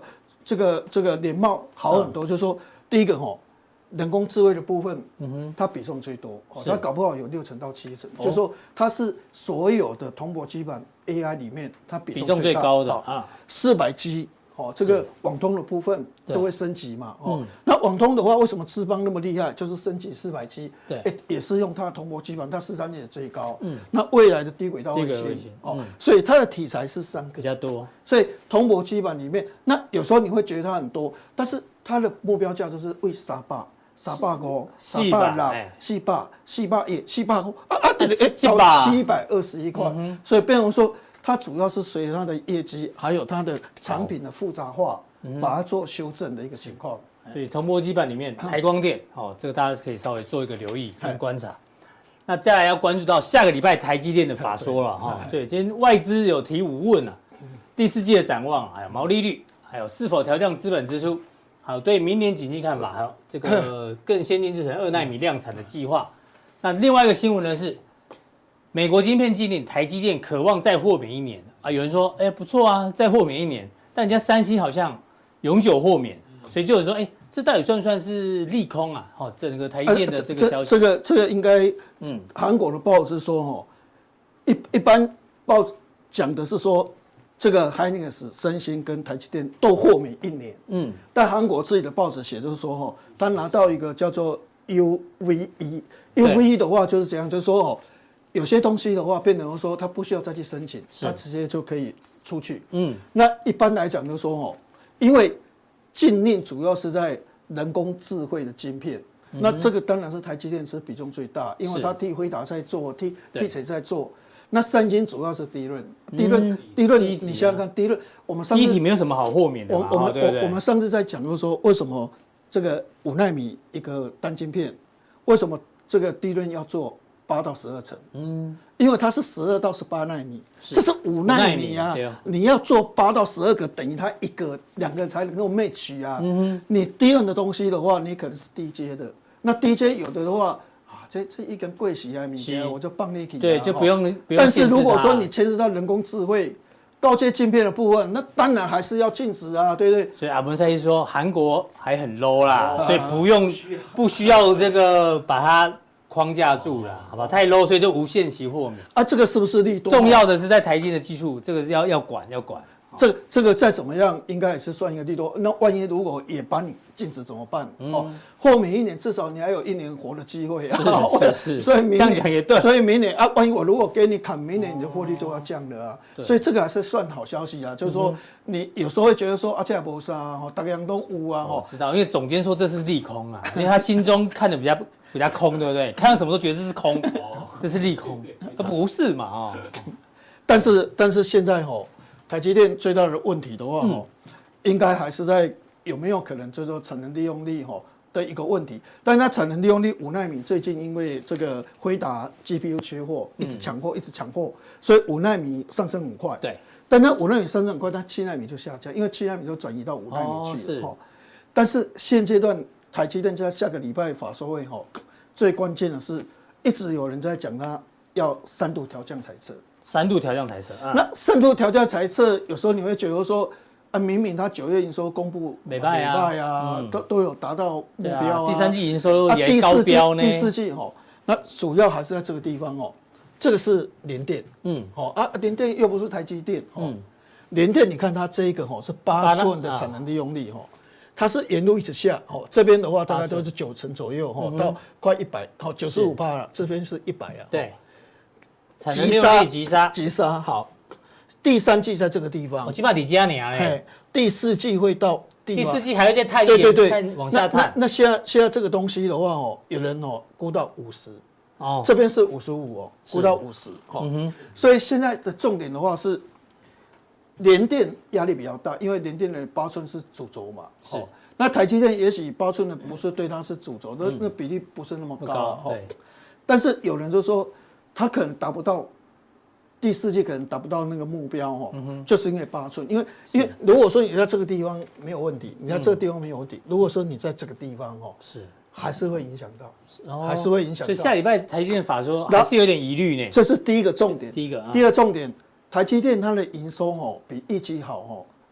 这个这个联茂好很多，就是说第一个哈。人工智慧的部分，嗯哼，它比重最多，哦、它搞不好有六成到七成，哦、就是说它是所有的铜箔基板 A I 里面它比重 最, 比重最高的啊， 四百 G 哦，这个网通的部分都会升级嘛，哦，嗯、那网通的话，为什么智邦那么厉害？就是升级四百 G， 对、欸，也是用它的铜箔基板，它市占率也最高，嗯，那未来的低轨道卫星，哦，嗯、所以它的题材是三个比较多， 所以铜箔基板里面，那有时候你会觉得它很多，但是它的目标价就是为三百。三百五、三百六、四百、四百一、四百五啊啊！对对，到七百二十一块，所以变成说，它主要是随着它的业绩，还有它的产品的复杂化，把它做修正的一个情况。 所以铜箔基板里面，台光电哦，这个大家可以稍微做一个留意跟观察。那再来要关注到下个礼拜台积电的法说了哈。对，今天外资有提五问啊，第四季的展望，还有毛利率，还有是否调降资本支出。还有对明年景气看法，还有这个更先进制程二奈米量产的计划。那另外一个新闻呢是，美国晶片禁令，台积电渴望再豁免一年啊。有人说，哎，不错啊，再豁免一年，但人家三星好像永久豁免，所以就有人说，哎，这到底算不算是利空啊？哦，整个台积电的这个消息， 这个这个应该，嗯，韩国的报纸说，哈，一一般报讲的是说。这个 Hynix、三星跟台积电都豁免一年，嗯，但韩国自己的报纸写就是说，哈，他拿到一个叫做 U V E，U V E 的话就是这样，就是说，哦，有些东西的话，变成说他不需要再去申请，他直接就可以出去，嗯，那一般来讲就是说，哦，因为禁令主要是在人工智慧的晶片，嗯、那这个当然是台积电是比重最大，因为它替辉达在做，替替谁在做。那三星主要是低润，低润，低润，你想想看，低润，我们上次机体没有什么好豁免的嘛， 我我们我我们上次在讲就是说，为什么这个五奈米一个单晶片，为什么这个低润要做八到十二层？嗯，因为它是十二到十八奈米，这是五奈米啊，你要做八到十二个，等于它一个两个才能够 match 啊。嗯你低润的东西的话，你可能是低阶的，那低阶有的的话。这这一根贵洗啊，米线我就放那起。 对，就不用不用。 但是如果说你牵涉到人工智慧、高阶晶片的部分，那当然还是要禁止啊，对不对？ 所以阿文赛医说韩国还很 low 啦，所以不用不需要这个把它框架住了，好吧？太 low， 所以就无限期豁免。 啊，这个是不是利多？ 重要的是在台积的技术，这个是要要管要管。 这这个再怎么样，应该也是算一个利多。那万一如果也把你禁止怎么办？嗯、哦，后面一年至少你还有一年活的机会啊。是是是， 所以明年这样讲也对。 所以明年啊，万一我如果给你砍，明年你的获利就要降了啊。所以这个还是算好消息啊，就是说你有时候会觉得说啊，这也没啥哈，大家都污啊哈。 我知道，因为总监说这是利空啊，因为他心中看的比较比较空，对不对？看到什么都觉得这是空，这是利空，它不是嘛啊？ 但是但是现在哈。台积电最大的问题的话，嗯、应该还是在有没有可能就是说产能利用率的一个问题。但是它产能利用率五奈米最近因为这个辉达 G P U 缺货，一直抢货，一直抢货，所以五奈米上升很快。 对， 但那五奈米上升很快，但七奈米就下降，因为七奈米就转移到五奈米去了。哦、但是现阶段台积电在下个礼拜法说会哈，最关键的是一直有人在讲它要三度调降财测。 三度调降财测， 啊、那三度调降财测，有时候你会觉得说，啊，明明他九月营收公布美败啊， 美败啊，嗯、都都有达到目标啊， 啊第三季营收也高标呢。 第四季哈，那主要还是在这个地方哦，这个是联电，嗯，哦啊，联电又不是台积电，嗯，联电你看它这一个哈是八寸的产能利用率哈，它是沿路一直下，哦，这边的话大概都是九成左右哈，到快一百，哦，九十五趴了，这边是一百啊， 对。急杀，急杀， 急杀。好，第三季在这个地方， 我基本上底加你啊嘞。 第四季会到第， 第四季还要再探一点，对对对， 往下探。 那现在现在这个东西的话哦，有人哦估到五十，哦，这边是五十五哦，估到五十，嗯哼。所以现在的重点的话是，联电压力比较大，因为联电的八寸是主轴嘛，是。那台积电也许八寸的不是对它是主轴，那那比例不是那么高，对。但是有人就说。它可能达不到第四季，可能达不到那个目标哦，嗯、就是因为八寸，因为因为如果说你在这个地方没有问题，你在这个地方没有问题，嗯、如果说你在这个地方哦，是还是会影响到，哦、还是会影响到。 所以下礼拜台积电法说还是有点疑虑呢。 这是第一个重点。 第一个，啊、 第二重点，台积电它的营收哦比预期好哦，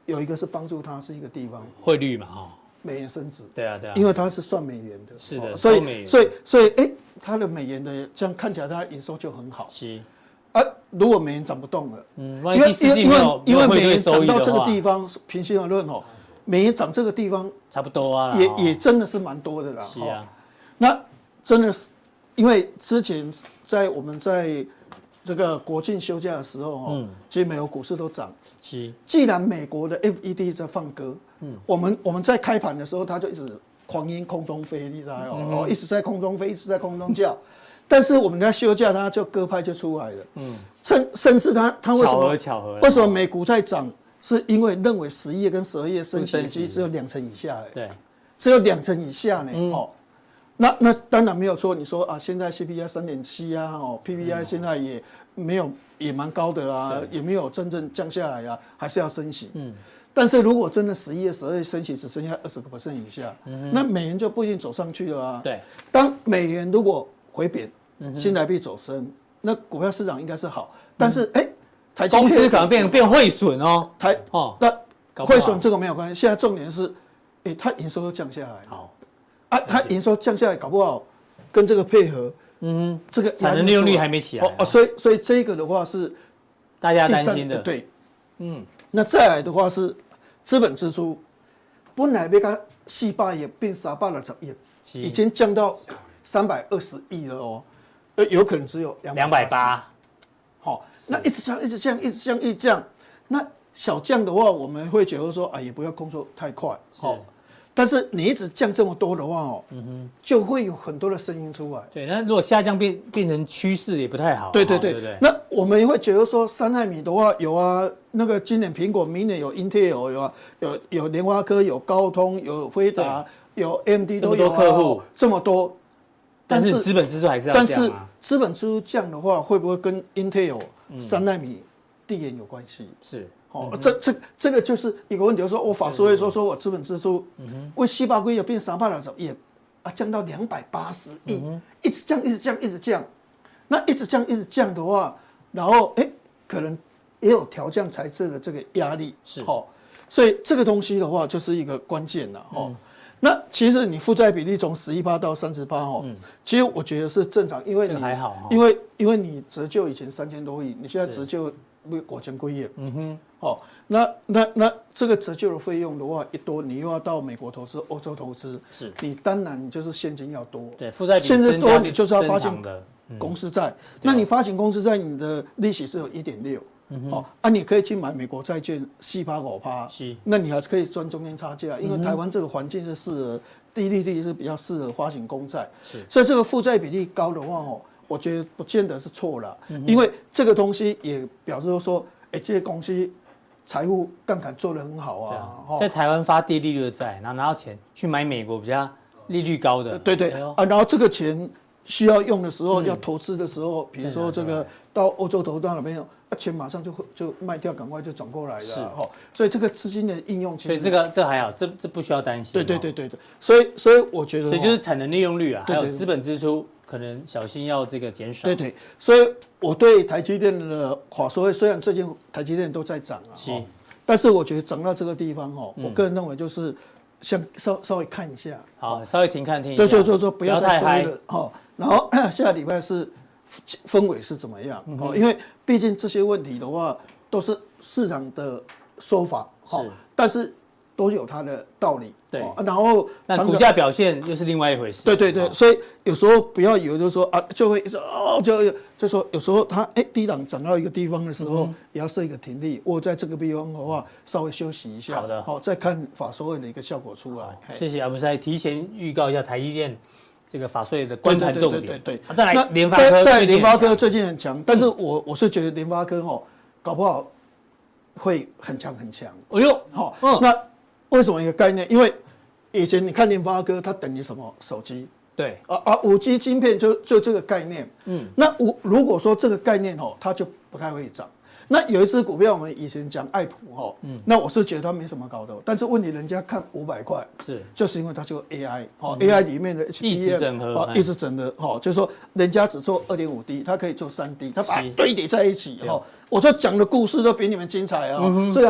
有一个是帮助它是一个地方汇率嘛，哈， 美元升值。 对啊，对啊， 因为它是算美元的。 是的， 所收美元以所以所以哎，它的美元的这样看起来，它的营收就很好。 是啊，如果美元涨不动了， 嗯，万一第四季没有因为汇兑美元涨收益的话， 到这个地方，平心而论哦，美元涨这个地方差不多啊， 也哦也真的是蛮多的啦。 是啊， 那真的是因为之前在我们在这个国庆休假的时候，哦，其实美国股市都涨。 是， 既然美国的 F E D 在放歌，嗯，我们我们在开盘的时候，它就一直狂鹰空中飞，你知道哦，一直在空中飞，一直在空中叫。但是我们在休假，它就鸽派就出来了，嗯，甚甚至它它为什么巧合巧合， 为什么美股在涨？是因为认为十一月跟十二月升息机只有两成以下，哎， 对， 只有两成以下呢，哦。那那当然没有错，你说啊，现在 C P I 三点七啊，哦 ，P P I 现在也没有也蛮高的啊，也没有真正降下来啊，还是要升息。嗯，但是如果真的十一月、十二月升息只剩下二十个 percent 以下，嗯、那美元就不一定走上去了啊。 对， 当美元如果回贬，新台币走升，那股票市场应该是好，但是哎、嗯，台积电公司可能变变汇损哦。 台哦，那汇损这个没有关系，现在重点是，哎，它营收都降下来。 好。 啊，它营收降下来，搞不好跟这个配合，嗯，这个产能利用率还没起来哦，所以所以这个的话是大家担心的， 对，嗯，那再来的话是资本支出，本来要它四百亿变三百六十亿，已经降到三百二十亿了哦，呃，有可能只有两百八， 好，那一直降，一直降，一直降，一直降，那小降的话，我们会觉得说，啊，也不要工作太快，好。但是你一直降这么多的话哦，嗯哼，就会有很多的声音出来。 对，那如果下降变变成趋势也不太好。 对对对对。那我们会觉得说，三奈米的话有啊，那个今年苹果，明年有 Intel 有啊，有有联发科，有高通，有辉达，有 A M D 都有、啊、 客户这么多。 但是资本支出还是要降、啊。 但是资本支出降的话，会不会跟 Intel 三奈米递延有关系？ 是。 哦，这这这个就是一个问题，说我法说会说说我资本支出，为四百几亿变三百六十亿，啊，降到两百八十亿，一直降，一直降，一直降，那一直降，一直降的话，然后哎，可能也有调降财政的这个压力， 是， 哦，所以这个东西的话就是一个关键了，哦。那其实你负债比例从十一趴到三十趴哦，其实我觉得是正常，因为你还好， 因为因为你折旧以前三千多亿，你现在折旧五千几亿，嗯哼。哦，那那那这个折旧的费用的话一多，你又要到美国投资、欧洲投资，是你当然你就是现金要多， 对，负债比现在多，你就是要发行的公司债。那你发行公司债，你的利息是有一点六，哦，啊，你可以去买美国债券，四趴五趴，是，那你还是可以赚中间差价，因为台湾这个环境是适合低利率，是比较适合发行公债，是，所以这个负债比例高的话，哦，我觉得不见得是错了，因为这个东西也表示说，哎，这些公司财务杠杆做得很好啊， 啊在台湾发低利率的债，然后拿到钱去买美国比较利率高的， 对对、哎、啊，然后这个钱需要用的时候，嗯、要投资的时候，比如说这个到欧洲投到哪边，啊，钱马上就就卖掉，赶快就转过来了，是哈，所以这个资金的应用， 所以这个这还好，这这不需要担心， 对对对对对，所以所以我觉得， 所以就是产能利用率啊，还有资本支出。可能小心要这个减少。 对对，所以我对台积电的话说，虽然最近台积电都在涨啊，是，但是我觉得涨到这个地方哦，我个人认为就是像稍稍微看一下， 好，稍微停看听一下， 对对对对，不要太嗨了哦。然后下礼拜是氛围是怎么样哦？因为毕竟这些问题的话都是市场的说法，是，但是都有它的道理。对，然后那股价表现又是另外一回事。 对对对，所以有时候不要以为就是说啊，就会说哦，就就说有时候它哎低档涨到一个地方的时候，也要设一个停利，或在这个地方的话稍微休息一下。 好的， 好，再看法说会的一个效果出来。 谢谢阿布塞提前预告一下台积电这个法说会的观盘重点。 对对对， 再来联发科， 在联发科最近很强，但是我我是觉得联发科哦，搞不好会很强很强。 哎呦， 好，那为什么一个概念？因为以前你看联发科，它等于什么手机？ 对啊啊，五 G 晶片就就这个概念。嗯，那我如果说这个概念哦，它就不太会涨。那有一只股票，我们以前讲爱普哈，嗯，那我是觉得它没什么搞头，但是问题人家看五百块，是就是因为它就 A I 哦 ，A I 里面的 H B M 一直整合， 哦，一直整的哈，就是说人家只做 二点五 D， 它可以做三 D， 它把它堆叠在一起哈。我说讲的故事都比你们精彩啊，虽然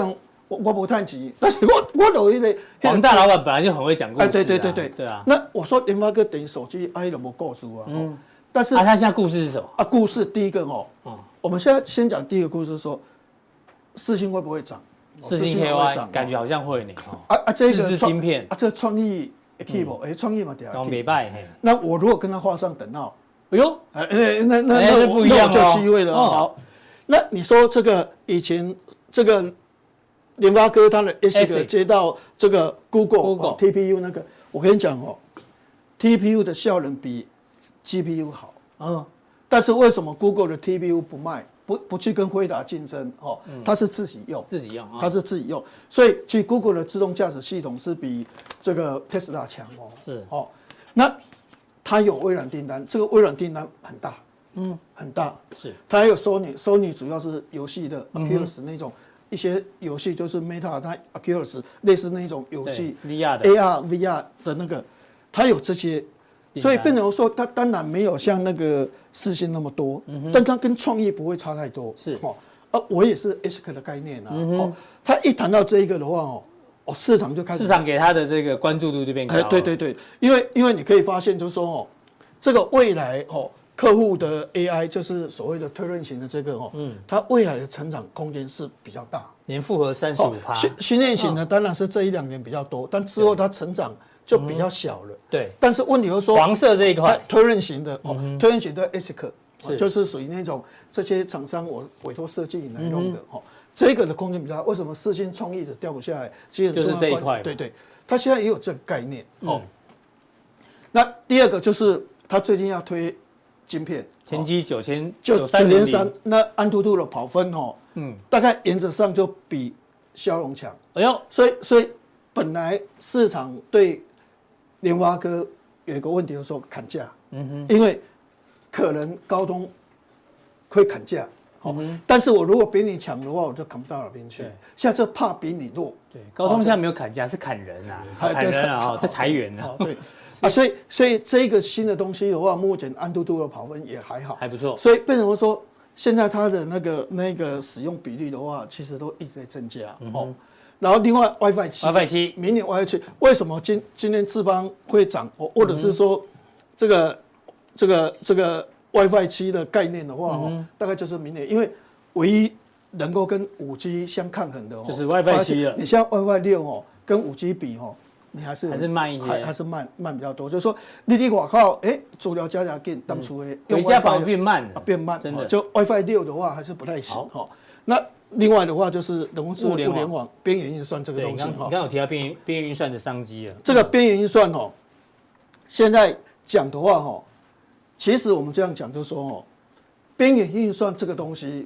我我不太急，但是我我有一个黄大老板本来就很会讲故事、啊， 哎，对对对对对啊。 那我说联发科等于手机 I 有没有故事啊？嗯，但是啊，他现在故事是什么？ 啊，故事第一个哦，嗯，我们现在先讲第一个故事，说世芯会不会涨？ 世芯 K Y 感觉好像会呢。 啊啊，这个晶片啊，这个创意 key 不？哎，创意嘛，对啊， 没败。 那我如果跟他画上等号， 哎呦， 哎，那那那不一样就有机会了。好，那你说这个以前这个联发科它的 A S I C 接到这个 Google T P U 那个，我跟你讲哦 ，T P U 的效能比 G P U 好。嗯，但是为什么 Google 的 T P U 不卖？不不去跟辉达竞争哦，它是自己用， 自己用， 它是自己用，所以其实 Google 的自动驾驶系统是比这个 Tesla 强哦。 是哦，那它有微软订单，这个微软订单很大，嗯，很大。 是， 它还有 Sony，Sony 主要是游戏的 Oculus 那种一些游戏，就是 Meta 它 Oculus 类似那种游戏 V R 的 A R V R 的那个，它有这些。所以变成说，它当然没有像那个世芯那么多，嗯、但它跟创意不会差太多。 是哦，啊，我也是 A S I C 的概念啊。嗯、哦，他一谈到这一个的话，哦，哦，市场就开始市场给他的这个关注度就变高了。 哎，对对对，因为因为你可以发现，就是说哦，这个未来哦，客户的 A I 就是所谓的推论型的这个哦，嗯，它未来的成长空间是比较大， 年复合三十五趴。 训训练型的当然是这一两年比较多，但之后它成长就比较小了。 对， 但是问题就是说， 黄色这一块推论型的哦，推论型的 A S I C 就是属于那种这些厂商我委托设计来用的哦，这个的空间比较大。为什么世芯创意者掉不下来？其实就是这一块， 对对，它现在也有这个概念哦。那第二个就是它最近要推晶片， 天玑九千九九连三，那安兔兔的跑分哦，嗯，大概原则上就比骁龙强。哎呦，所以所以本来市场对联发科有一个问题，就是说砍价，嗯哼，因为可能高通会砍价，好、嗯，但是我如果比你强的话，我就砍不到哪边去。现在就怕比你弱。 对，高通现在没有砍价，是砍人啊，砍人啊，这裁员啊。 对啊，所以所以这个新的东西的话，目前安兔兔的跑分也还好， 还不错。 所以变成说，现在它的那个那个使用比率的话，其实都一直在增加、嗯、哦。然后另外 WiFi 七 ，WiFi 七， 明年 WiFi 七为什么今今天智邦会涨，或者是说这个、嗯、这个这个 WiFi 七的概念的话，哦、嗯，大概就是明年，因为唯一能够跟五 G 相抗衡的哦， 就是 WiFi 七了。 你像 WiFi 六哦，跟五 G 比哦，你还是还是慢一些， 还还是慢慢比较多。就是说，你你外靠，哎，主流加加进，当初的回家反而变慢了， 变慢， 真的。 就 WiFi 六的话还是不太行哈。那另外的话就是人工智能、物联网、边缘运算这个东西哈。 你刚有提到边缘边缘运算的商机了。 这个边缘运算哦，现在讲的话哈，其实我们这样讲就是说哦，边缘运算这个东西，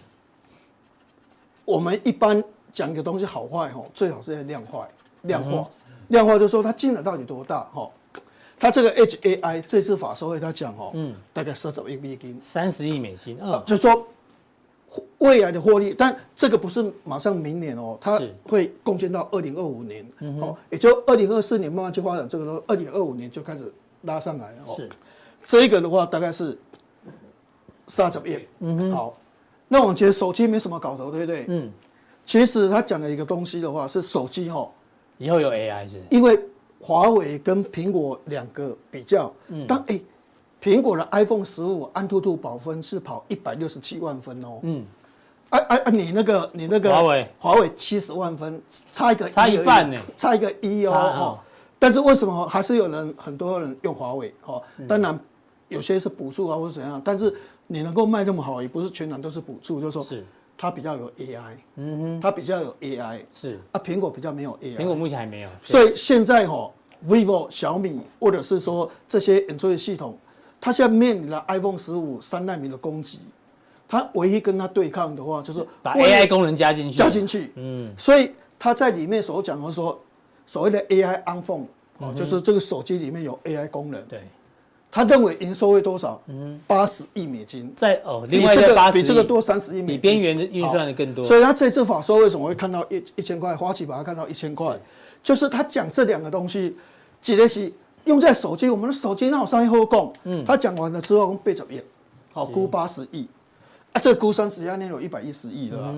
我们一般讲一个东西好坏哈，最好是要量化、量化、量化，就是说它进了到底多大哈。它这个 H A I 这次法说会他讲哦，嗯，大概三十亿美金， 三十亿美金，嗯， 就是说。未来的获利，但这个不是马上明年哦，它会贡献到二零二五年，嗯、哦，也就二零二四年慢慢去发展，这个都二零二五年就开始拉上来哦。是，这个的话大概是三十亿，嗯哼，好，那我觉得手机没什么搞头，对不对？嗯，其实他讲的一个东西的话是手机哦， 以后有 A I 是， 因为华为跟苹果两个比较，嗯，当哎。苹果的 iPhone 十五安兔兔保分是跑一百六十七万分哦，嗯，啊啊啊！你那个你那个华为华为七十万分，差一个差一半呢， 差一个一哦哦。但是为什么还是有人很多人用华为哦？当然有些是补助啊或者怎样，但是你能够卖这么好，也不是全然都是补助，就是说是它比较有 A I， 嗯哼，它比较有 A I 是啊，苹果比较没有 A I， 苹果目前还没有， 所以现在哈 ，vivo 小米或者是说这些 Android 系统。它现在面临了 iPhone 十五三奈米的攻击，它唯一跟它对抗的话，就是把 A I 功能加进去， 加进去。嗯，所以它在里面所讲的说，所谓的 A I on phone，、嗯、就是这个手机里面有 A I 功能。对，他认为营收会多少？嗯，八十亿美金。 在哦，另外一个比这个多三十亿美金， 比边缘的运算的更多。 所以他这次法说为什么会看到一一千块？花旗把它看到一千块，就是他讲这两个东西，一个是。用在手机，我们的手机那有商业后供，嗯，他讲完了之后，八十亿，好估八十亿，啊，这估三十一年有一百一十亿了、啊嗯。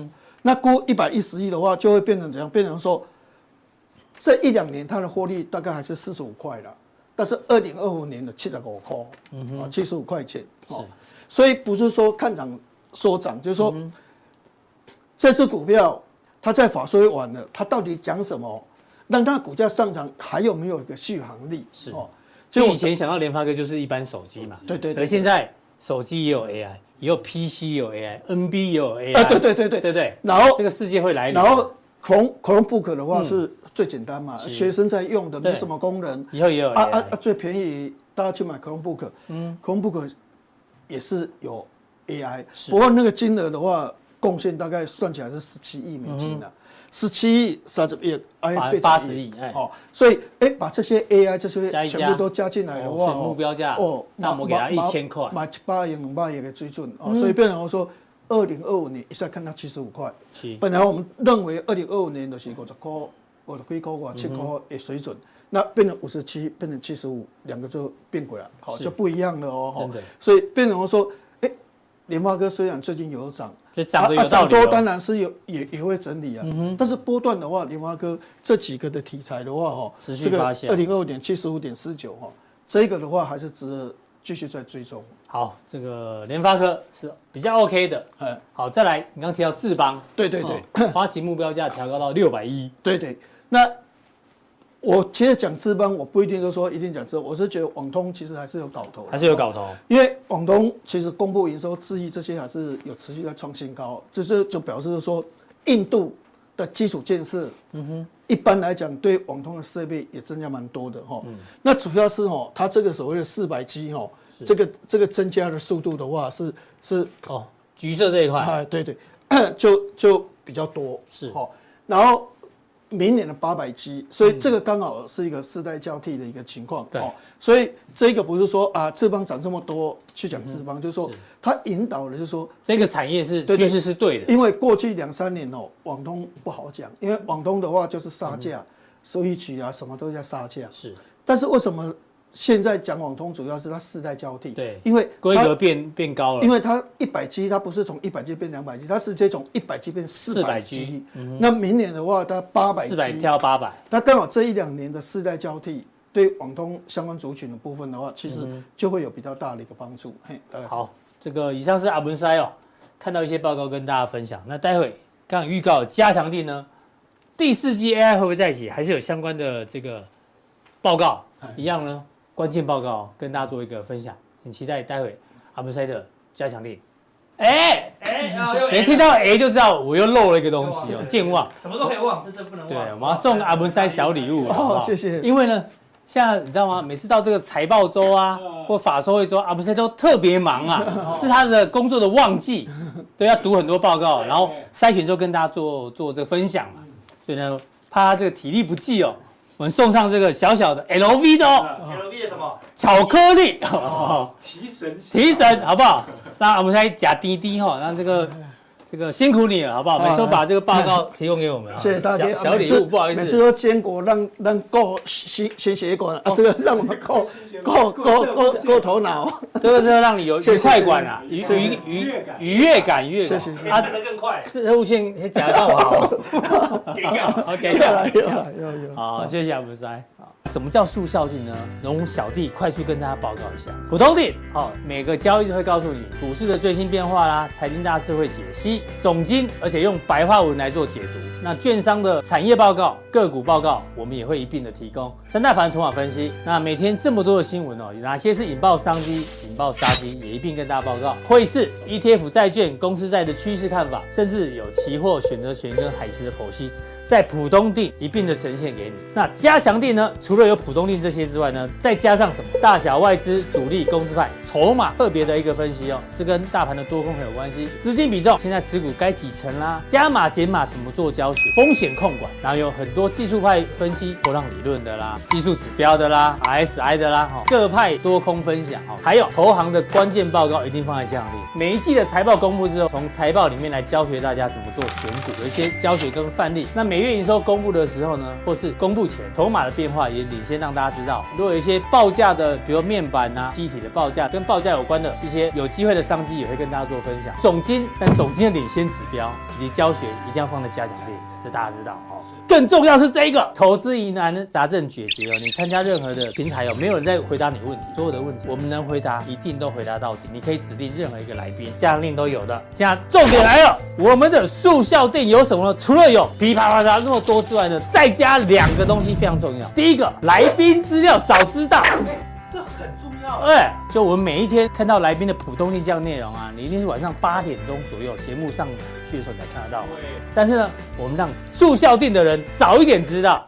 那估一百一十亿的话，就会变成怎样？变成说，这一两年它的获利大概还是四十五块了，但是二零二五年的七十五块，嗯啊，七十五块钱，哦，所以不是说看涨说涨，就是说、嗯、这只股票它在法说会完了，它到底讲什么，让它股价上涨还有没有一个续航力？ 是哦，就以前想到联发科就是一般手机嘛， 对对对， 而现在手机也有 A I。也有 P C 也有 A I，N B 也有 A I，、 啊、对对对对对对。 然后这个世界会来临。 然后 Chrome Chromebook 的话是最简单嘛，嗯、学生在用的，没什么功能。 以后也有 A I 啊啊啊！最便宜，大家去买 Chromebook， 嗯 ，Chromebook 也是有 A I， 不过那个金额的话，贡献大概算起来是十七亿美金啊。嗯十七亿、三十亿、 八十亿，哎， 哦，所以哎，把这些 A I 这些全部都加进来的话， 目标价哦，那我给他一千块， 买七八亿、两百亿的水准哦，所以变成说，二零二五年一下看到七十五块，本来我们认为二零二五年的是五十块、五十几块、五十七块的水准，那变成五十七，变成七十五，两个就变过来，好就不一样了哦， 真的， 所以变成说，哎，联发科虽然最近有涨。 所以涨得有道理、 哦啊、多当然是有也也会整理啊，嗯、但是波段的话，联发科这几个的题材的话，哈， 持续发现二零二五年七十五点四九哈，这个的话还是值得继续再追踪。 好，这个联发科是比较 OK 的，嗯，好，再来，你刚提到智邦， 对对对， 哦、花旗目标价调高到六百一， 对对，那。我其实讲智邦，我不一定就说一定讲智邦，我是觉得网通其实还是有搞头， 还是有搞头。 因为网通其实公布营收、智易这些还是有持续在创新高，这是就表示说印度的基础建设，嗯哼，一般来讲对网通的设备也增加蛮多的哈。嗯、那主要是哈，它这个所谓的四百 G 哈，这个这个增加的速度的话是是哦，橘色这一块， 哎，对对，就就比较多是哦，然后。明年的八百 G， 所以这个刚好是一个世代交替的一个情况。对、嗯，所以这个不是说啊，智邦涨这么多去讲智邦，嗯、就是说它引导的就是说这个产业是趋势是对的。 因为过去两三年哦，网通不好讲，因为网通的话就是杀价，收益曲啊什么都在杀价。 是， 但是为什么？现在讲网通主要是它世代交替， 对， 因为规格变变高了， 因为它一百 G 它不是从一百 G 变两百 G， 它直接从一百 G 变四百 G， 那明年的话它八百 G， 四百跳八百， 那刚好这一两年的世代交替，对网通相关族群的部分的话，其实就会有比较大的一个帮助。嘿， 好，这个以上是阿文塞哦，看到一些报告跟大家分享。那待会刚刚预告加强定呢，第四季 A I 会不会在一起？还是有相关的这个报告一样呢？关键报告跟大家做一个分享，请期待待会阿文塞的加强力。哎哎，连听到哎就知道我又漏了一个东西哦，健忘， 什么都可以忘，这真不能忘。 对，我们要送阿文塞小礼物，好不好？ 谢谢。 因为呢，现在你知道吗？每次到这个财报周啊，或法说会周，阿文塞都特别忙啊，是他的工作的旺季，对，要读很多报告，然后筛选之后跟大家做做这个分享嘛，所以呢，怕他这个体力不济哦。我们送上这个小小的 L V 的哦 ，L V 的什么？ 巧克力， 哦、提神提神，好不好？那我们再假滴滴哈，让这个这个辛苦你了，好不好？每次都把这个报告提供给我们， 谢谢大家。 小礼物，不好意思， 每次说坚果让让够心心血管啊，这个让我们够够够够够头脑， 这个是让你有愉快感啊，愉愉愉愉悦感，愉悦感， 谢谢。它得更快， 是路线先讲到好， 给掉， 好给掉， 有有有， 好，谢谢阿文塞。什么叫速效定呢？容小弟快速跟大家报告一下。普通定，好、哦，每个交易都会告诉你股市的最新变化啦，财经大事会解析总经，而且用白话文来做解读。那券商的产业报告、个股报告，我们也会一并的提供。三大法人筹码分析，那每天这么多的新闻哦，有哪些是引爆商机、引爆杀机，也一并跟大家报告。汇市、E T F、债券、公司债的趋势看法，甚至有期货、选择权跟海期的剖析。在浦东定一并的呈现给你。那加强定呢？除了有浦东定这些之外呢，再加上什么大小外资、主力、公司派、筹码特别的一个分析哦，这跟大盘的多空很有关系。资金比重，现在持股该几成啦？加码减码怎么做教学？风险控管，然后有很多技术派分析、波浪理论的啦、技术指标的啦、R S I 的啦，哈，各派多空分享哦，还有投行的关键报告一定放在加强定。每一季的财报公布之后，从财报里面来教学大家怎么做选股，有一些教学跟范例。那每每月营收公布的时候呢，或是公布前，筹码的变化也领先让大家知道。如果有一些报价的，比如面板啊、机体的报价，跟报价有关的一些有机会的商机，也会跟大家做分享。总经，但总经的领先指标以及教学一定要放在加强练。这大家知道哦。更重要是这一个投资疑难答症解决哦。你参加任何的平台哦，没有人在回答你问题，所有的问题我们能回答，一定都回答到底。你可以指定任何一个来宾，加强练都有的。现在重点来了，我们的速效定有什么呢？除了有噼啪啪啪那么多之外呢，再加两个东西非常重要。第一个，来宾资料早知道。 这很重要。 对，就我们每一天看到来宾的普通力这样内容啊，你一定是晚上八点钟左右节目上去的时候你才看得到。对。但是呢，我们让速效定的人早一点知道。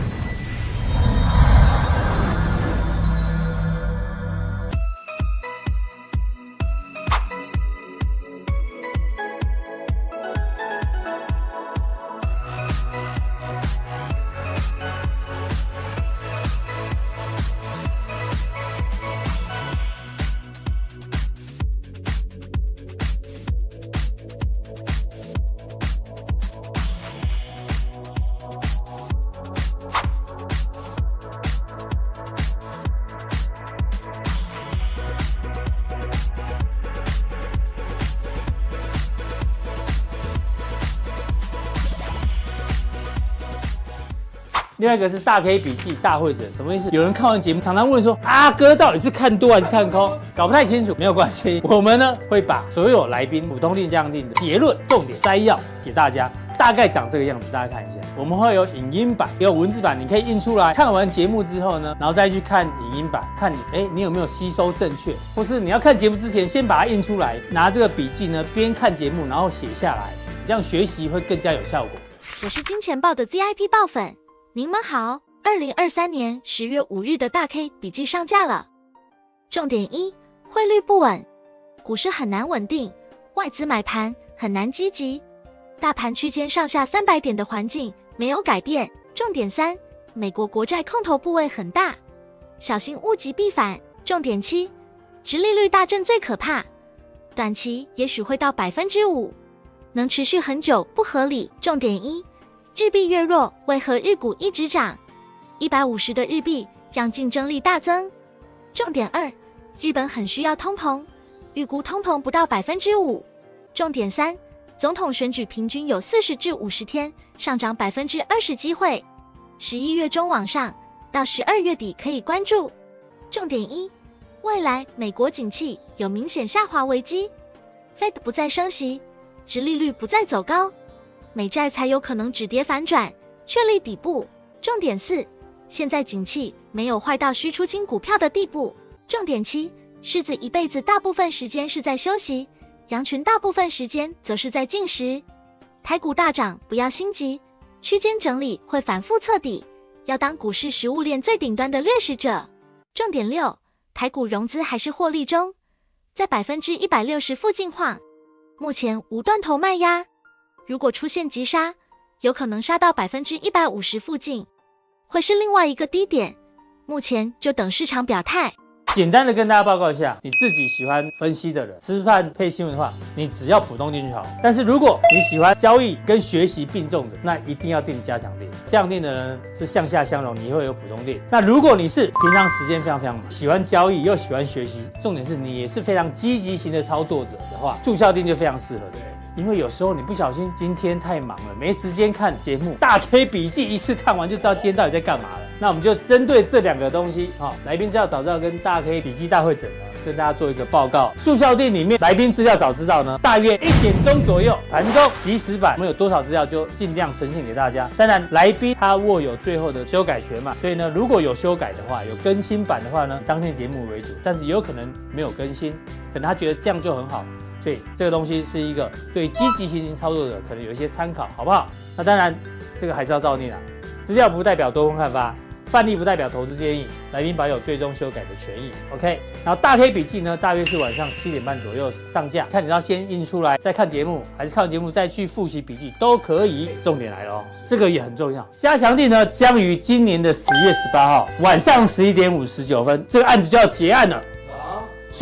另外一个是大 K 笔记大会诊，什么意思？有人看完节目，常常问说：“阿哥到底是看多还是看空？”搞不太清楚，没有关系，我们呢会把所有来宾普通定、加强定的结论、重点摘要给大家，大概长这个样子，大家看一下。我们会有影音版，也有文字版，你可以印出来。看完节目之后呢，然后再去看影音版，看你哎你有没有吸收正确，或是你要看节目之前先把它印出来，拿这个笔记呢边看节目然后写下来，这样学习会更加有效果。 我是金钱豹的 V I P 爆粉。您们好，二零二三年十月五日的大 K 笔记上架了。重点一，汇率不稳，股市很难稳定，外资买盘很难积极，大盘区间上下三百点的环境没有改变。重点三，美国国债空头部位很大，小心物极必反。重点七，殖利率大震最可怕，短期也许会到 百分之五， 能持续很久不合理。重点一，日币越弱，为何日股一直涨？一百五十的日币让竞争力大增。重点二，日本很需要通膨，预估通膨不到 百分之五。重点三，总统选举平均有四十至五十天，上涨 百分之二十 机会。十一月中往上，到十二月底可以关注。重点一，未来美国景气有明显下滑危机 ，Fed 不再升息，殖利率不再走高。美债才有可能止跌反转，确立底部。重点四，现在景气没有坏到需出清股票的地步。重点七，狮子一辈子大部分时间是在休息，羊群大部分时间则是在进食。台股大涨不要心急，区间整理会反复测底，要当股市食物链最顶端的掠食者。重点六，台股融资还是获利中，在 百分之一百六十 附近晃，目前无断头卖压。如果出现急杀，有可能杀到 百分之一百五十 附近，会是另外一个低点，目前就等市场表态。 简单的跟大家报告一下，你自己喜欢分析的人，吃饭配新闻的话，你只要普通定就好。但是如果你喜欢交易跟学习并重的，那一定要定加强定。加强定的人是向下相容，你会有普通定。那如果你是平常时间非常非常忙，喜欢交易又喜欢学习，重点是你也是非常积极型的操作者的话，助效定就非常适合的。因为有时候你不小心今天太忙了，没时间看节目，大 K 笔记一次看完就知道今天到底在干嘛了。那我们就针对这两个东西，啊、哦，来宾资料早知道跟大 K 笔记大会诊呢，跟大家做一个报告。速效定里面来宾资料早知道呢，大约一点钟左右，盘中即时版，我们有多少资料就尽量呈现给大家。当然，来宾他握有最后的修改权嘛，所以呢，如果有修改的话，有更新版的话呢，以当天节目为主，但是也有可能没有更新，可能他觉得这样就很好。所以这个东西是一个对积极型操作者可能有一些参考，好不好？那当然，这个还是要照念啊。资料不代表多空看法，范例不代表投资建议，来宾保有最终修改的权益。OK， 然后大 K 笔记呢，大约是晚上七点半左右上架，看你要先印出来再看节目，还是看完节目再去复习笔记都可以。重点来了哦，这个也很重要。加强定呢，将于今年的十月十八号晚上十一点五十九分，这个案子就要结案了。所以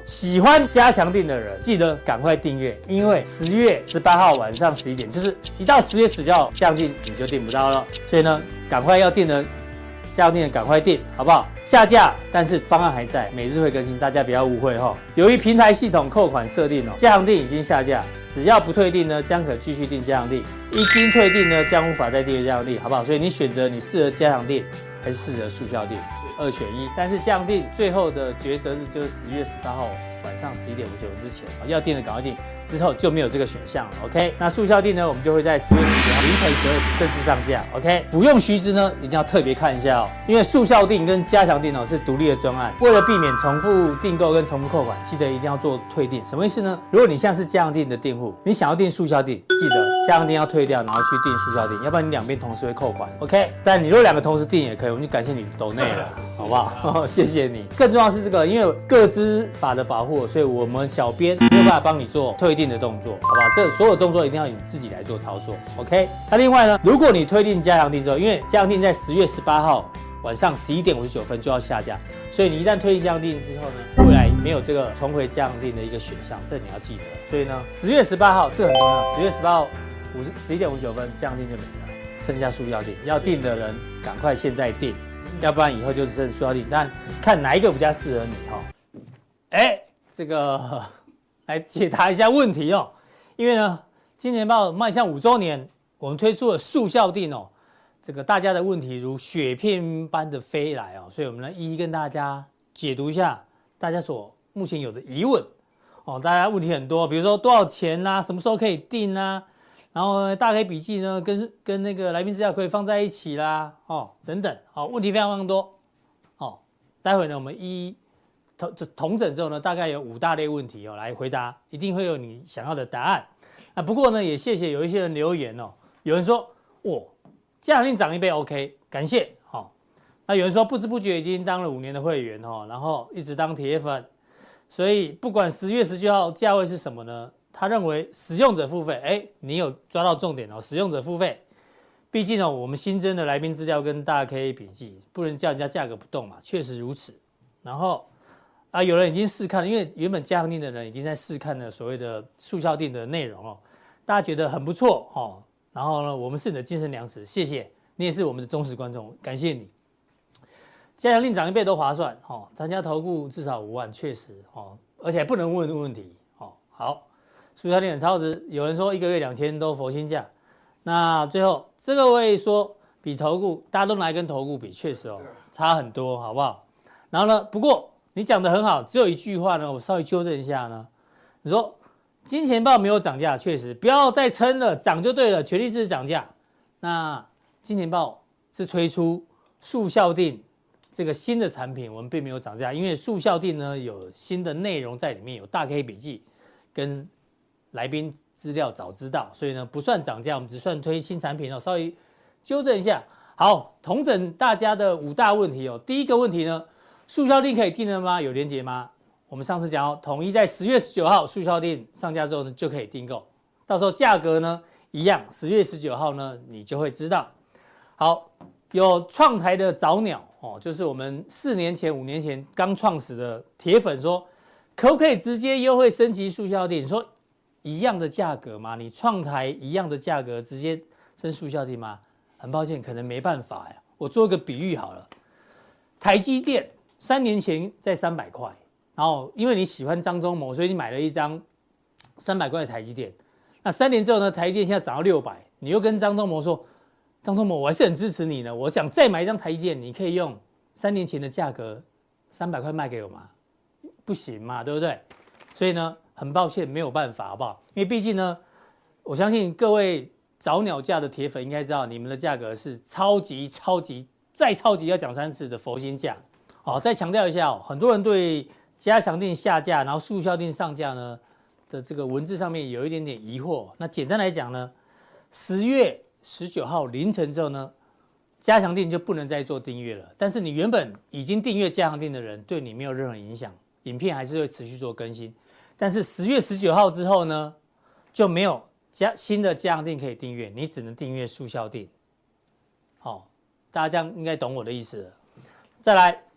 喜欢加强定的人，记得赶快订阅，因为十月十八号晚上十一点，就是一到十月十九号加强定你就订不到了。所以呢，赶快要订的加强定的赶快订，好不好？下架，但是方案还在，每日会更新，大家不要误会哈。由于平台系统扣款设定哦，加强定已经下架，只要不退订呢，将可继续订加强定；一经退订呢，将无法再订阅加强定，好不好？所以你选择你适合加强定还是适合速效定。二选一，但是加强定最后的抉择日就是十月十八号晚上十一点五十九分之前，要订的赶快订，之后就没有这个选项了。OK， 那速效定呢，我们就会在十月十九号凌晨十二点正式上架。OK， 服用须知呢，一定要特别看一下哦，因为速效定跟加强定哦是独立的专案，为了避免重复订购跟重复扣款，记得一定要做退订。什么意思呢？如果你现在是加强定的订户，你想要订速效定，记得加强定要退掉，然后去订速效定，要不然你两边同时会扣款。OK， 但你如果两个同时订也可以，我们就感谢你抖内了。好不好？谢谢你。更重要的是这个，因为个资法的保护，所以我们小编没有办法帮你做退订的动作，好不好？这所有动作一定要你自己来做操作。OK。那另外呢，如果你退订加强定之后，因为加强定在十月十八号晚上十一点五十九分就要下架，所以你一旦退订加强定之后呢，未来没有这个重回加强定的一个选项，这你要记得。所以呢，十月十八号这很重要，十月十八号五十十一点五十九分加强定就没了，剩下速效定，要订的人赶快现在订。要不然以后就只剩速效定，但看哪一个比较适合你哈。哎，这个来解答一下问题哦。因为呢，金钱豹迈向五周年，我们推出了速效定哦。这个大家的问题如雪片般的飞来哦，所以我们来一一跟大家解读一下大家所目前有的疑问哦。大家问题很多，比如说多少钱啊，什么时候可以订啊？然后呢，大 K 笔记呢，跟跟那个来宾资料可以放在一起啦，哦，等等，哦，问题非常非常多，哦，待会呢，我们一一统统整之后呢，大概有五大类问题哦，来回答，一定会有你想要的答案。啊，不过呢，也谢谢有一些人留言哦，有人说，哇，加强定涨一倍 OK， 感谢，哦，那有人说不知不觉已经当了五年的会员哦，然后一直当铁粉，所以不管十月十九号价位是什么呢？他认为使用者付费，哎，你有抓到重点哦。使用者付费，毕竟呢，我们新增的来宾资料跟大 K 笔记，不能叫人家价格不动嘛，确实如此。然后啊，有人已经试看了，因为原本加强定的人已经在试看了所谓的速效定的内容哦，大家觉得很不错哦。然后呢，我们是你的精神粮食，谢谢你，也是我们的忠实观众，感谢你。加强定涨一倍都划算哦，参加投顾至少五万，确实哦，而且还不能问问题哦。好。速效定很超值，有人说一个月两千都佛心价，那最后这个位说比投顾，大家都拿跟投顾比，确实哦差很多，好不好？然后呢，不过你讲的很好，只有一句话呢，我稍微纠正一下呢。你说金钱豹没有涨价，确实不要再撑了，涨就对了，权利制涨价。那金钱豹是推出速效定这个新的产品，我们并没有涨价，因为速效定呢有新的内容在里面，有大 K 笔记跟来宾资料早知道，所以呢不算涨价，我们只算推新产品哦，稍微纠正一下。好，统整大家的五大问题哦。第一个问题呢，速效定可以订了吗？有连结吗？我们上次讲哦，统一在十月十九号速效定上架之后呢，就可以订购，到时候价格呢一样，十月十九号呢你就会知道。好，有创台的早鸟哦，就是我们四年前、五年前刚创始的铁粉说，可不可以直接优惠升级速效定？你说一样的价格吗？你创台一样的价格直接升速效定吗？很抱歉，可能没办法呀。我做一个比喻好了，台积电三年前在三百块，然后因为你喜欢张忠谋，所以你买了一张三百块的台积电。那三年之后呢，台积电现在涨到六百，你又跟张忠谋说，张忠谋我还是很支持你呢，我想再买一张台积电，你可以用三年前的价格三百块卖给我吗？不行嘛，对不对？所以呢，很抱歉没有办法，好不好？因为毕竟呢，我相信各位早鸟价的铁粉应该知道，你们的价格是超级超级再超级要讲三次的佛心价。好，再强调一下哦，很多人对加强定下架，然后速效定上架呢的这个文字上面有一点点疑惑。那简单来讲呢，十月十九号凌晨之后呢，加强定就不能再做订阅了。但是你原本已经订阅加强定的人，对你没有任何影响，影片还是会持续做更新。但是十月十九号之后呢，就没有加新的加强定可以订阅，你只能订阅速效定。好，大家这样应该懂我的意思了。再来，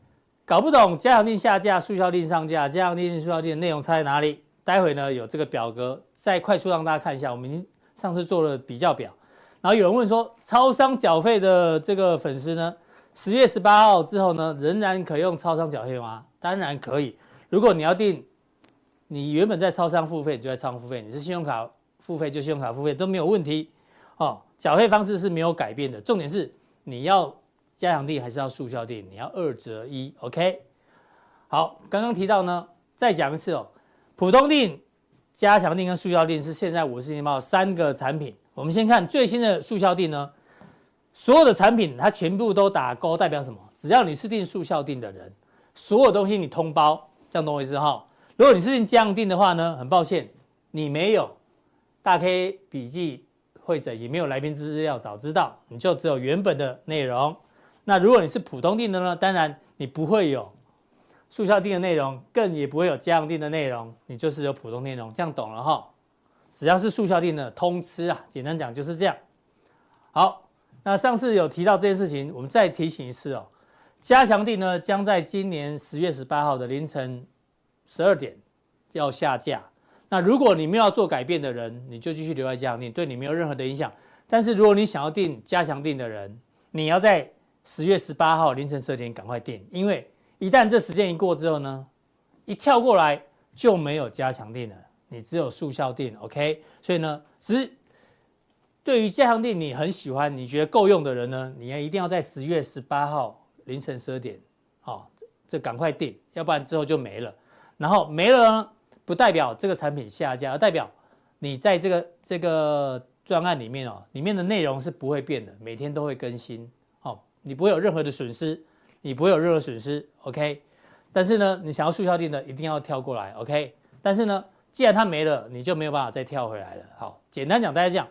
搞不懂加强定下架、速效定上架、加强定、速效定的内容差在哪里？待会呢有这个表格，再快速让大家看一下。我们已经上次做了比较表，然后有人问说，超商缴费的这个粉丝呢，十月十八号之后呢，仍然可用超商缴费吗？当然可以。如果你要订，你原本在超商付费，你就在超商付费；你是信用卡付费，就信用卡付费都没有问题。哦，缴费方式是没有改变的，重点是你要加强定还是要速效定，你要二择一 ，OK？ 好，刚刚提到呢，再讲一次哦，普通定、加强定跟速效定是现在五十年报三个产品。我们先看最新的速效定呢，所有的产品它全部都打勾，代表什么？只要你是定速效定的人，所有东西你通包，这样懂我意思哈？如果你是定加强定的话呢，很抱歉，你没有大 K 笔记会诊，也没有来宾资料早知道，你就只有原本的内容。那如果你是普通定的呢，当然你不会有速效定的内容，更也不会有加强定的内容，你就是有普通内容，这样懂了哈？只要是速效定的通吃啊，简单讲就是这样。好，那上次有提到这件事情，我们再提醒一次哦。加强定呢，将在今年十月十八号的凌晨十二点要下架。那如果你没有要做改变的人，你就继续留在加强定，对你没有任何的影响。但是如果你想要定加强定的人，你要在十月十八号凌晨十二点赶快定，因为一旦这时间一过之后呢，一跳过来就没有加强定了，你只有速效定 ，OK？ 所以呢，只是对于加强定你很喜欢，你觉得够用的人呢，你要一定要在十月十八号凌晨十二点，哦，这赶快定，要不然之后就没了。然后没了呢，不代表这个产品下架，而代表你在这个这个专案里面哦，里面的内容是不会变的，每天都会更新，哦，你不会有任何的损失，你不会有任何损失 ，OK？ 但是呢，你想要速效定的一定要跳过来 ，OK？ 但是呢，既然它没了，你就没有办法再跳回来了。好，简单讲，大家这样。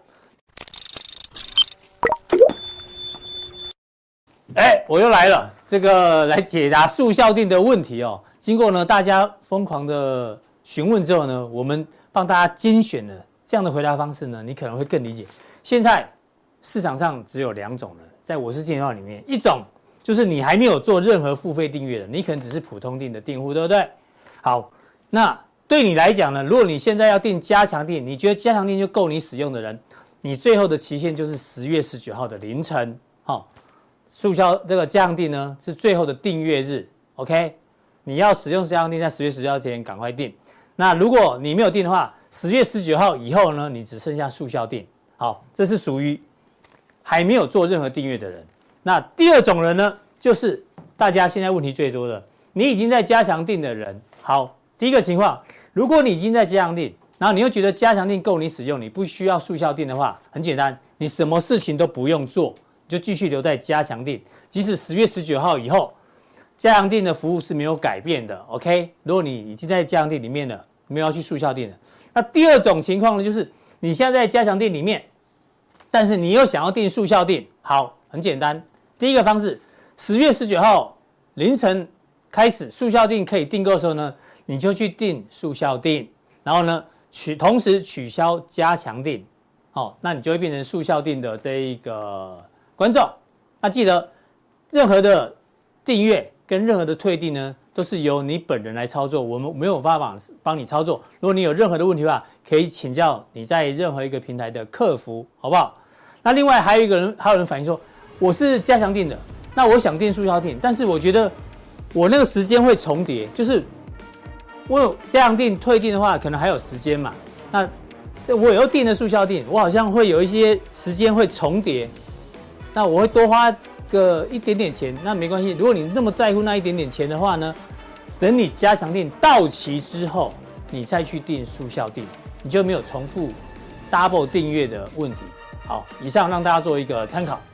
哎，我又来了，这个来解答速效定的问题哦。经过呢大家疯狂的询问之后呢，我们帮大家精选了这样的回答方式呢，你可能会更理解。现在市场上只有两种人，在我是健康里面，一种就是你还没有做任何付费订阅的，你可能只是普通订的订户，对不对？好，那对你来讲呢，如果你现在要订加强订，你觉得加强订就够你使用的人，你最后的期限就是十月十九号的凌晨，好、哦，速效这个加强订呢是最后的订阅日 ，OK？ 你要使用加强订，在十月十九号前赶快订。那如果你没有订的话，十月十九号以后呢，你只剩下速效订。好，这是属于还没有做任何订阅的人。那第二种人呢，就是大家现在问题最多的，你已经在加强订的人。好，第一个情况，如果你已经在加强订，然后你又觉得加强订够你使用，你不需要速效订的话，很简单，你什么事情都不用做，就继续留在加强订，即使十月十九号以后，加强订的服务是没有改变的 ，OK？ 如果你已经在加强订里面了，没有要去速效订了，那第二种情况呢，就是你现在在加强订里面，但是你又想要订速效订，好，很简单，第一个方式，十月十九号凌晨开始速效订可以订购的时候呢，你就去订速效订，然后呢取同时取消加强订，好，那你就会变成速效订的这一个观众。那记得任何的订阅跟任何的退订呢，都是由你本人来操作，我们没有办法帮你操作。如果你有任何的问题的话，可以请教你在任何一个平台的客服，好不好？那另外还有一个人，还有人反映说，我是加强订的，那我想订速效订，但是我觉得我那个时间会重叠，就是我有加强订、退订的话，可能还有时间嘛。那我又订了速效订，我好像会有一些时间会重叠，那我会多花个一点点钱，那没关系。如果你那么在乎那一点点钱的话呢，等你加强订到期之后，你再去订速效订，你就没有重复 double 订阅的问题。好，以上让大家做一个参考。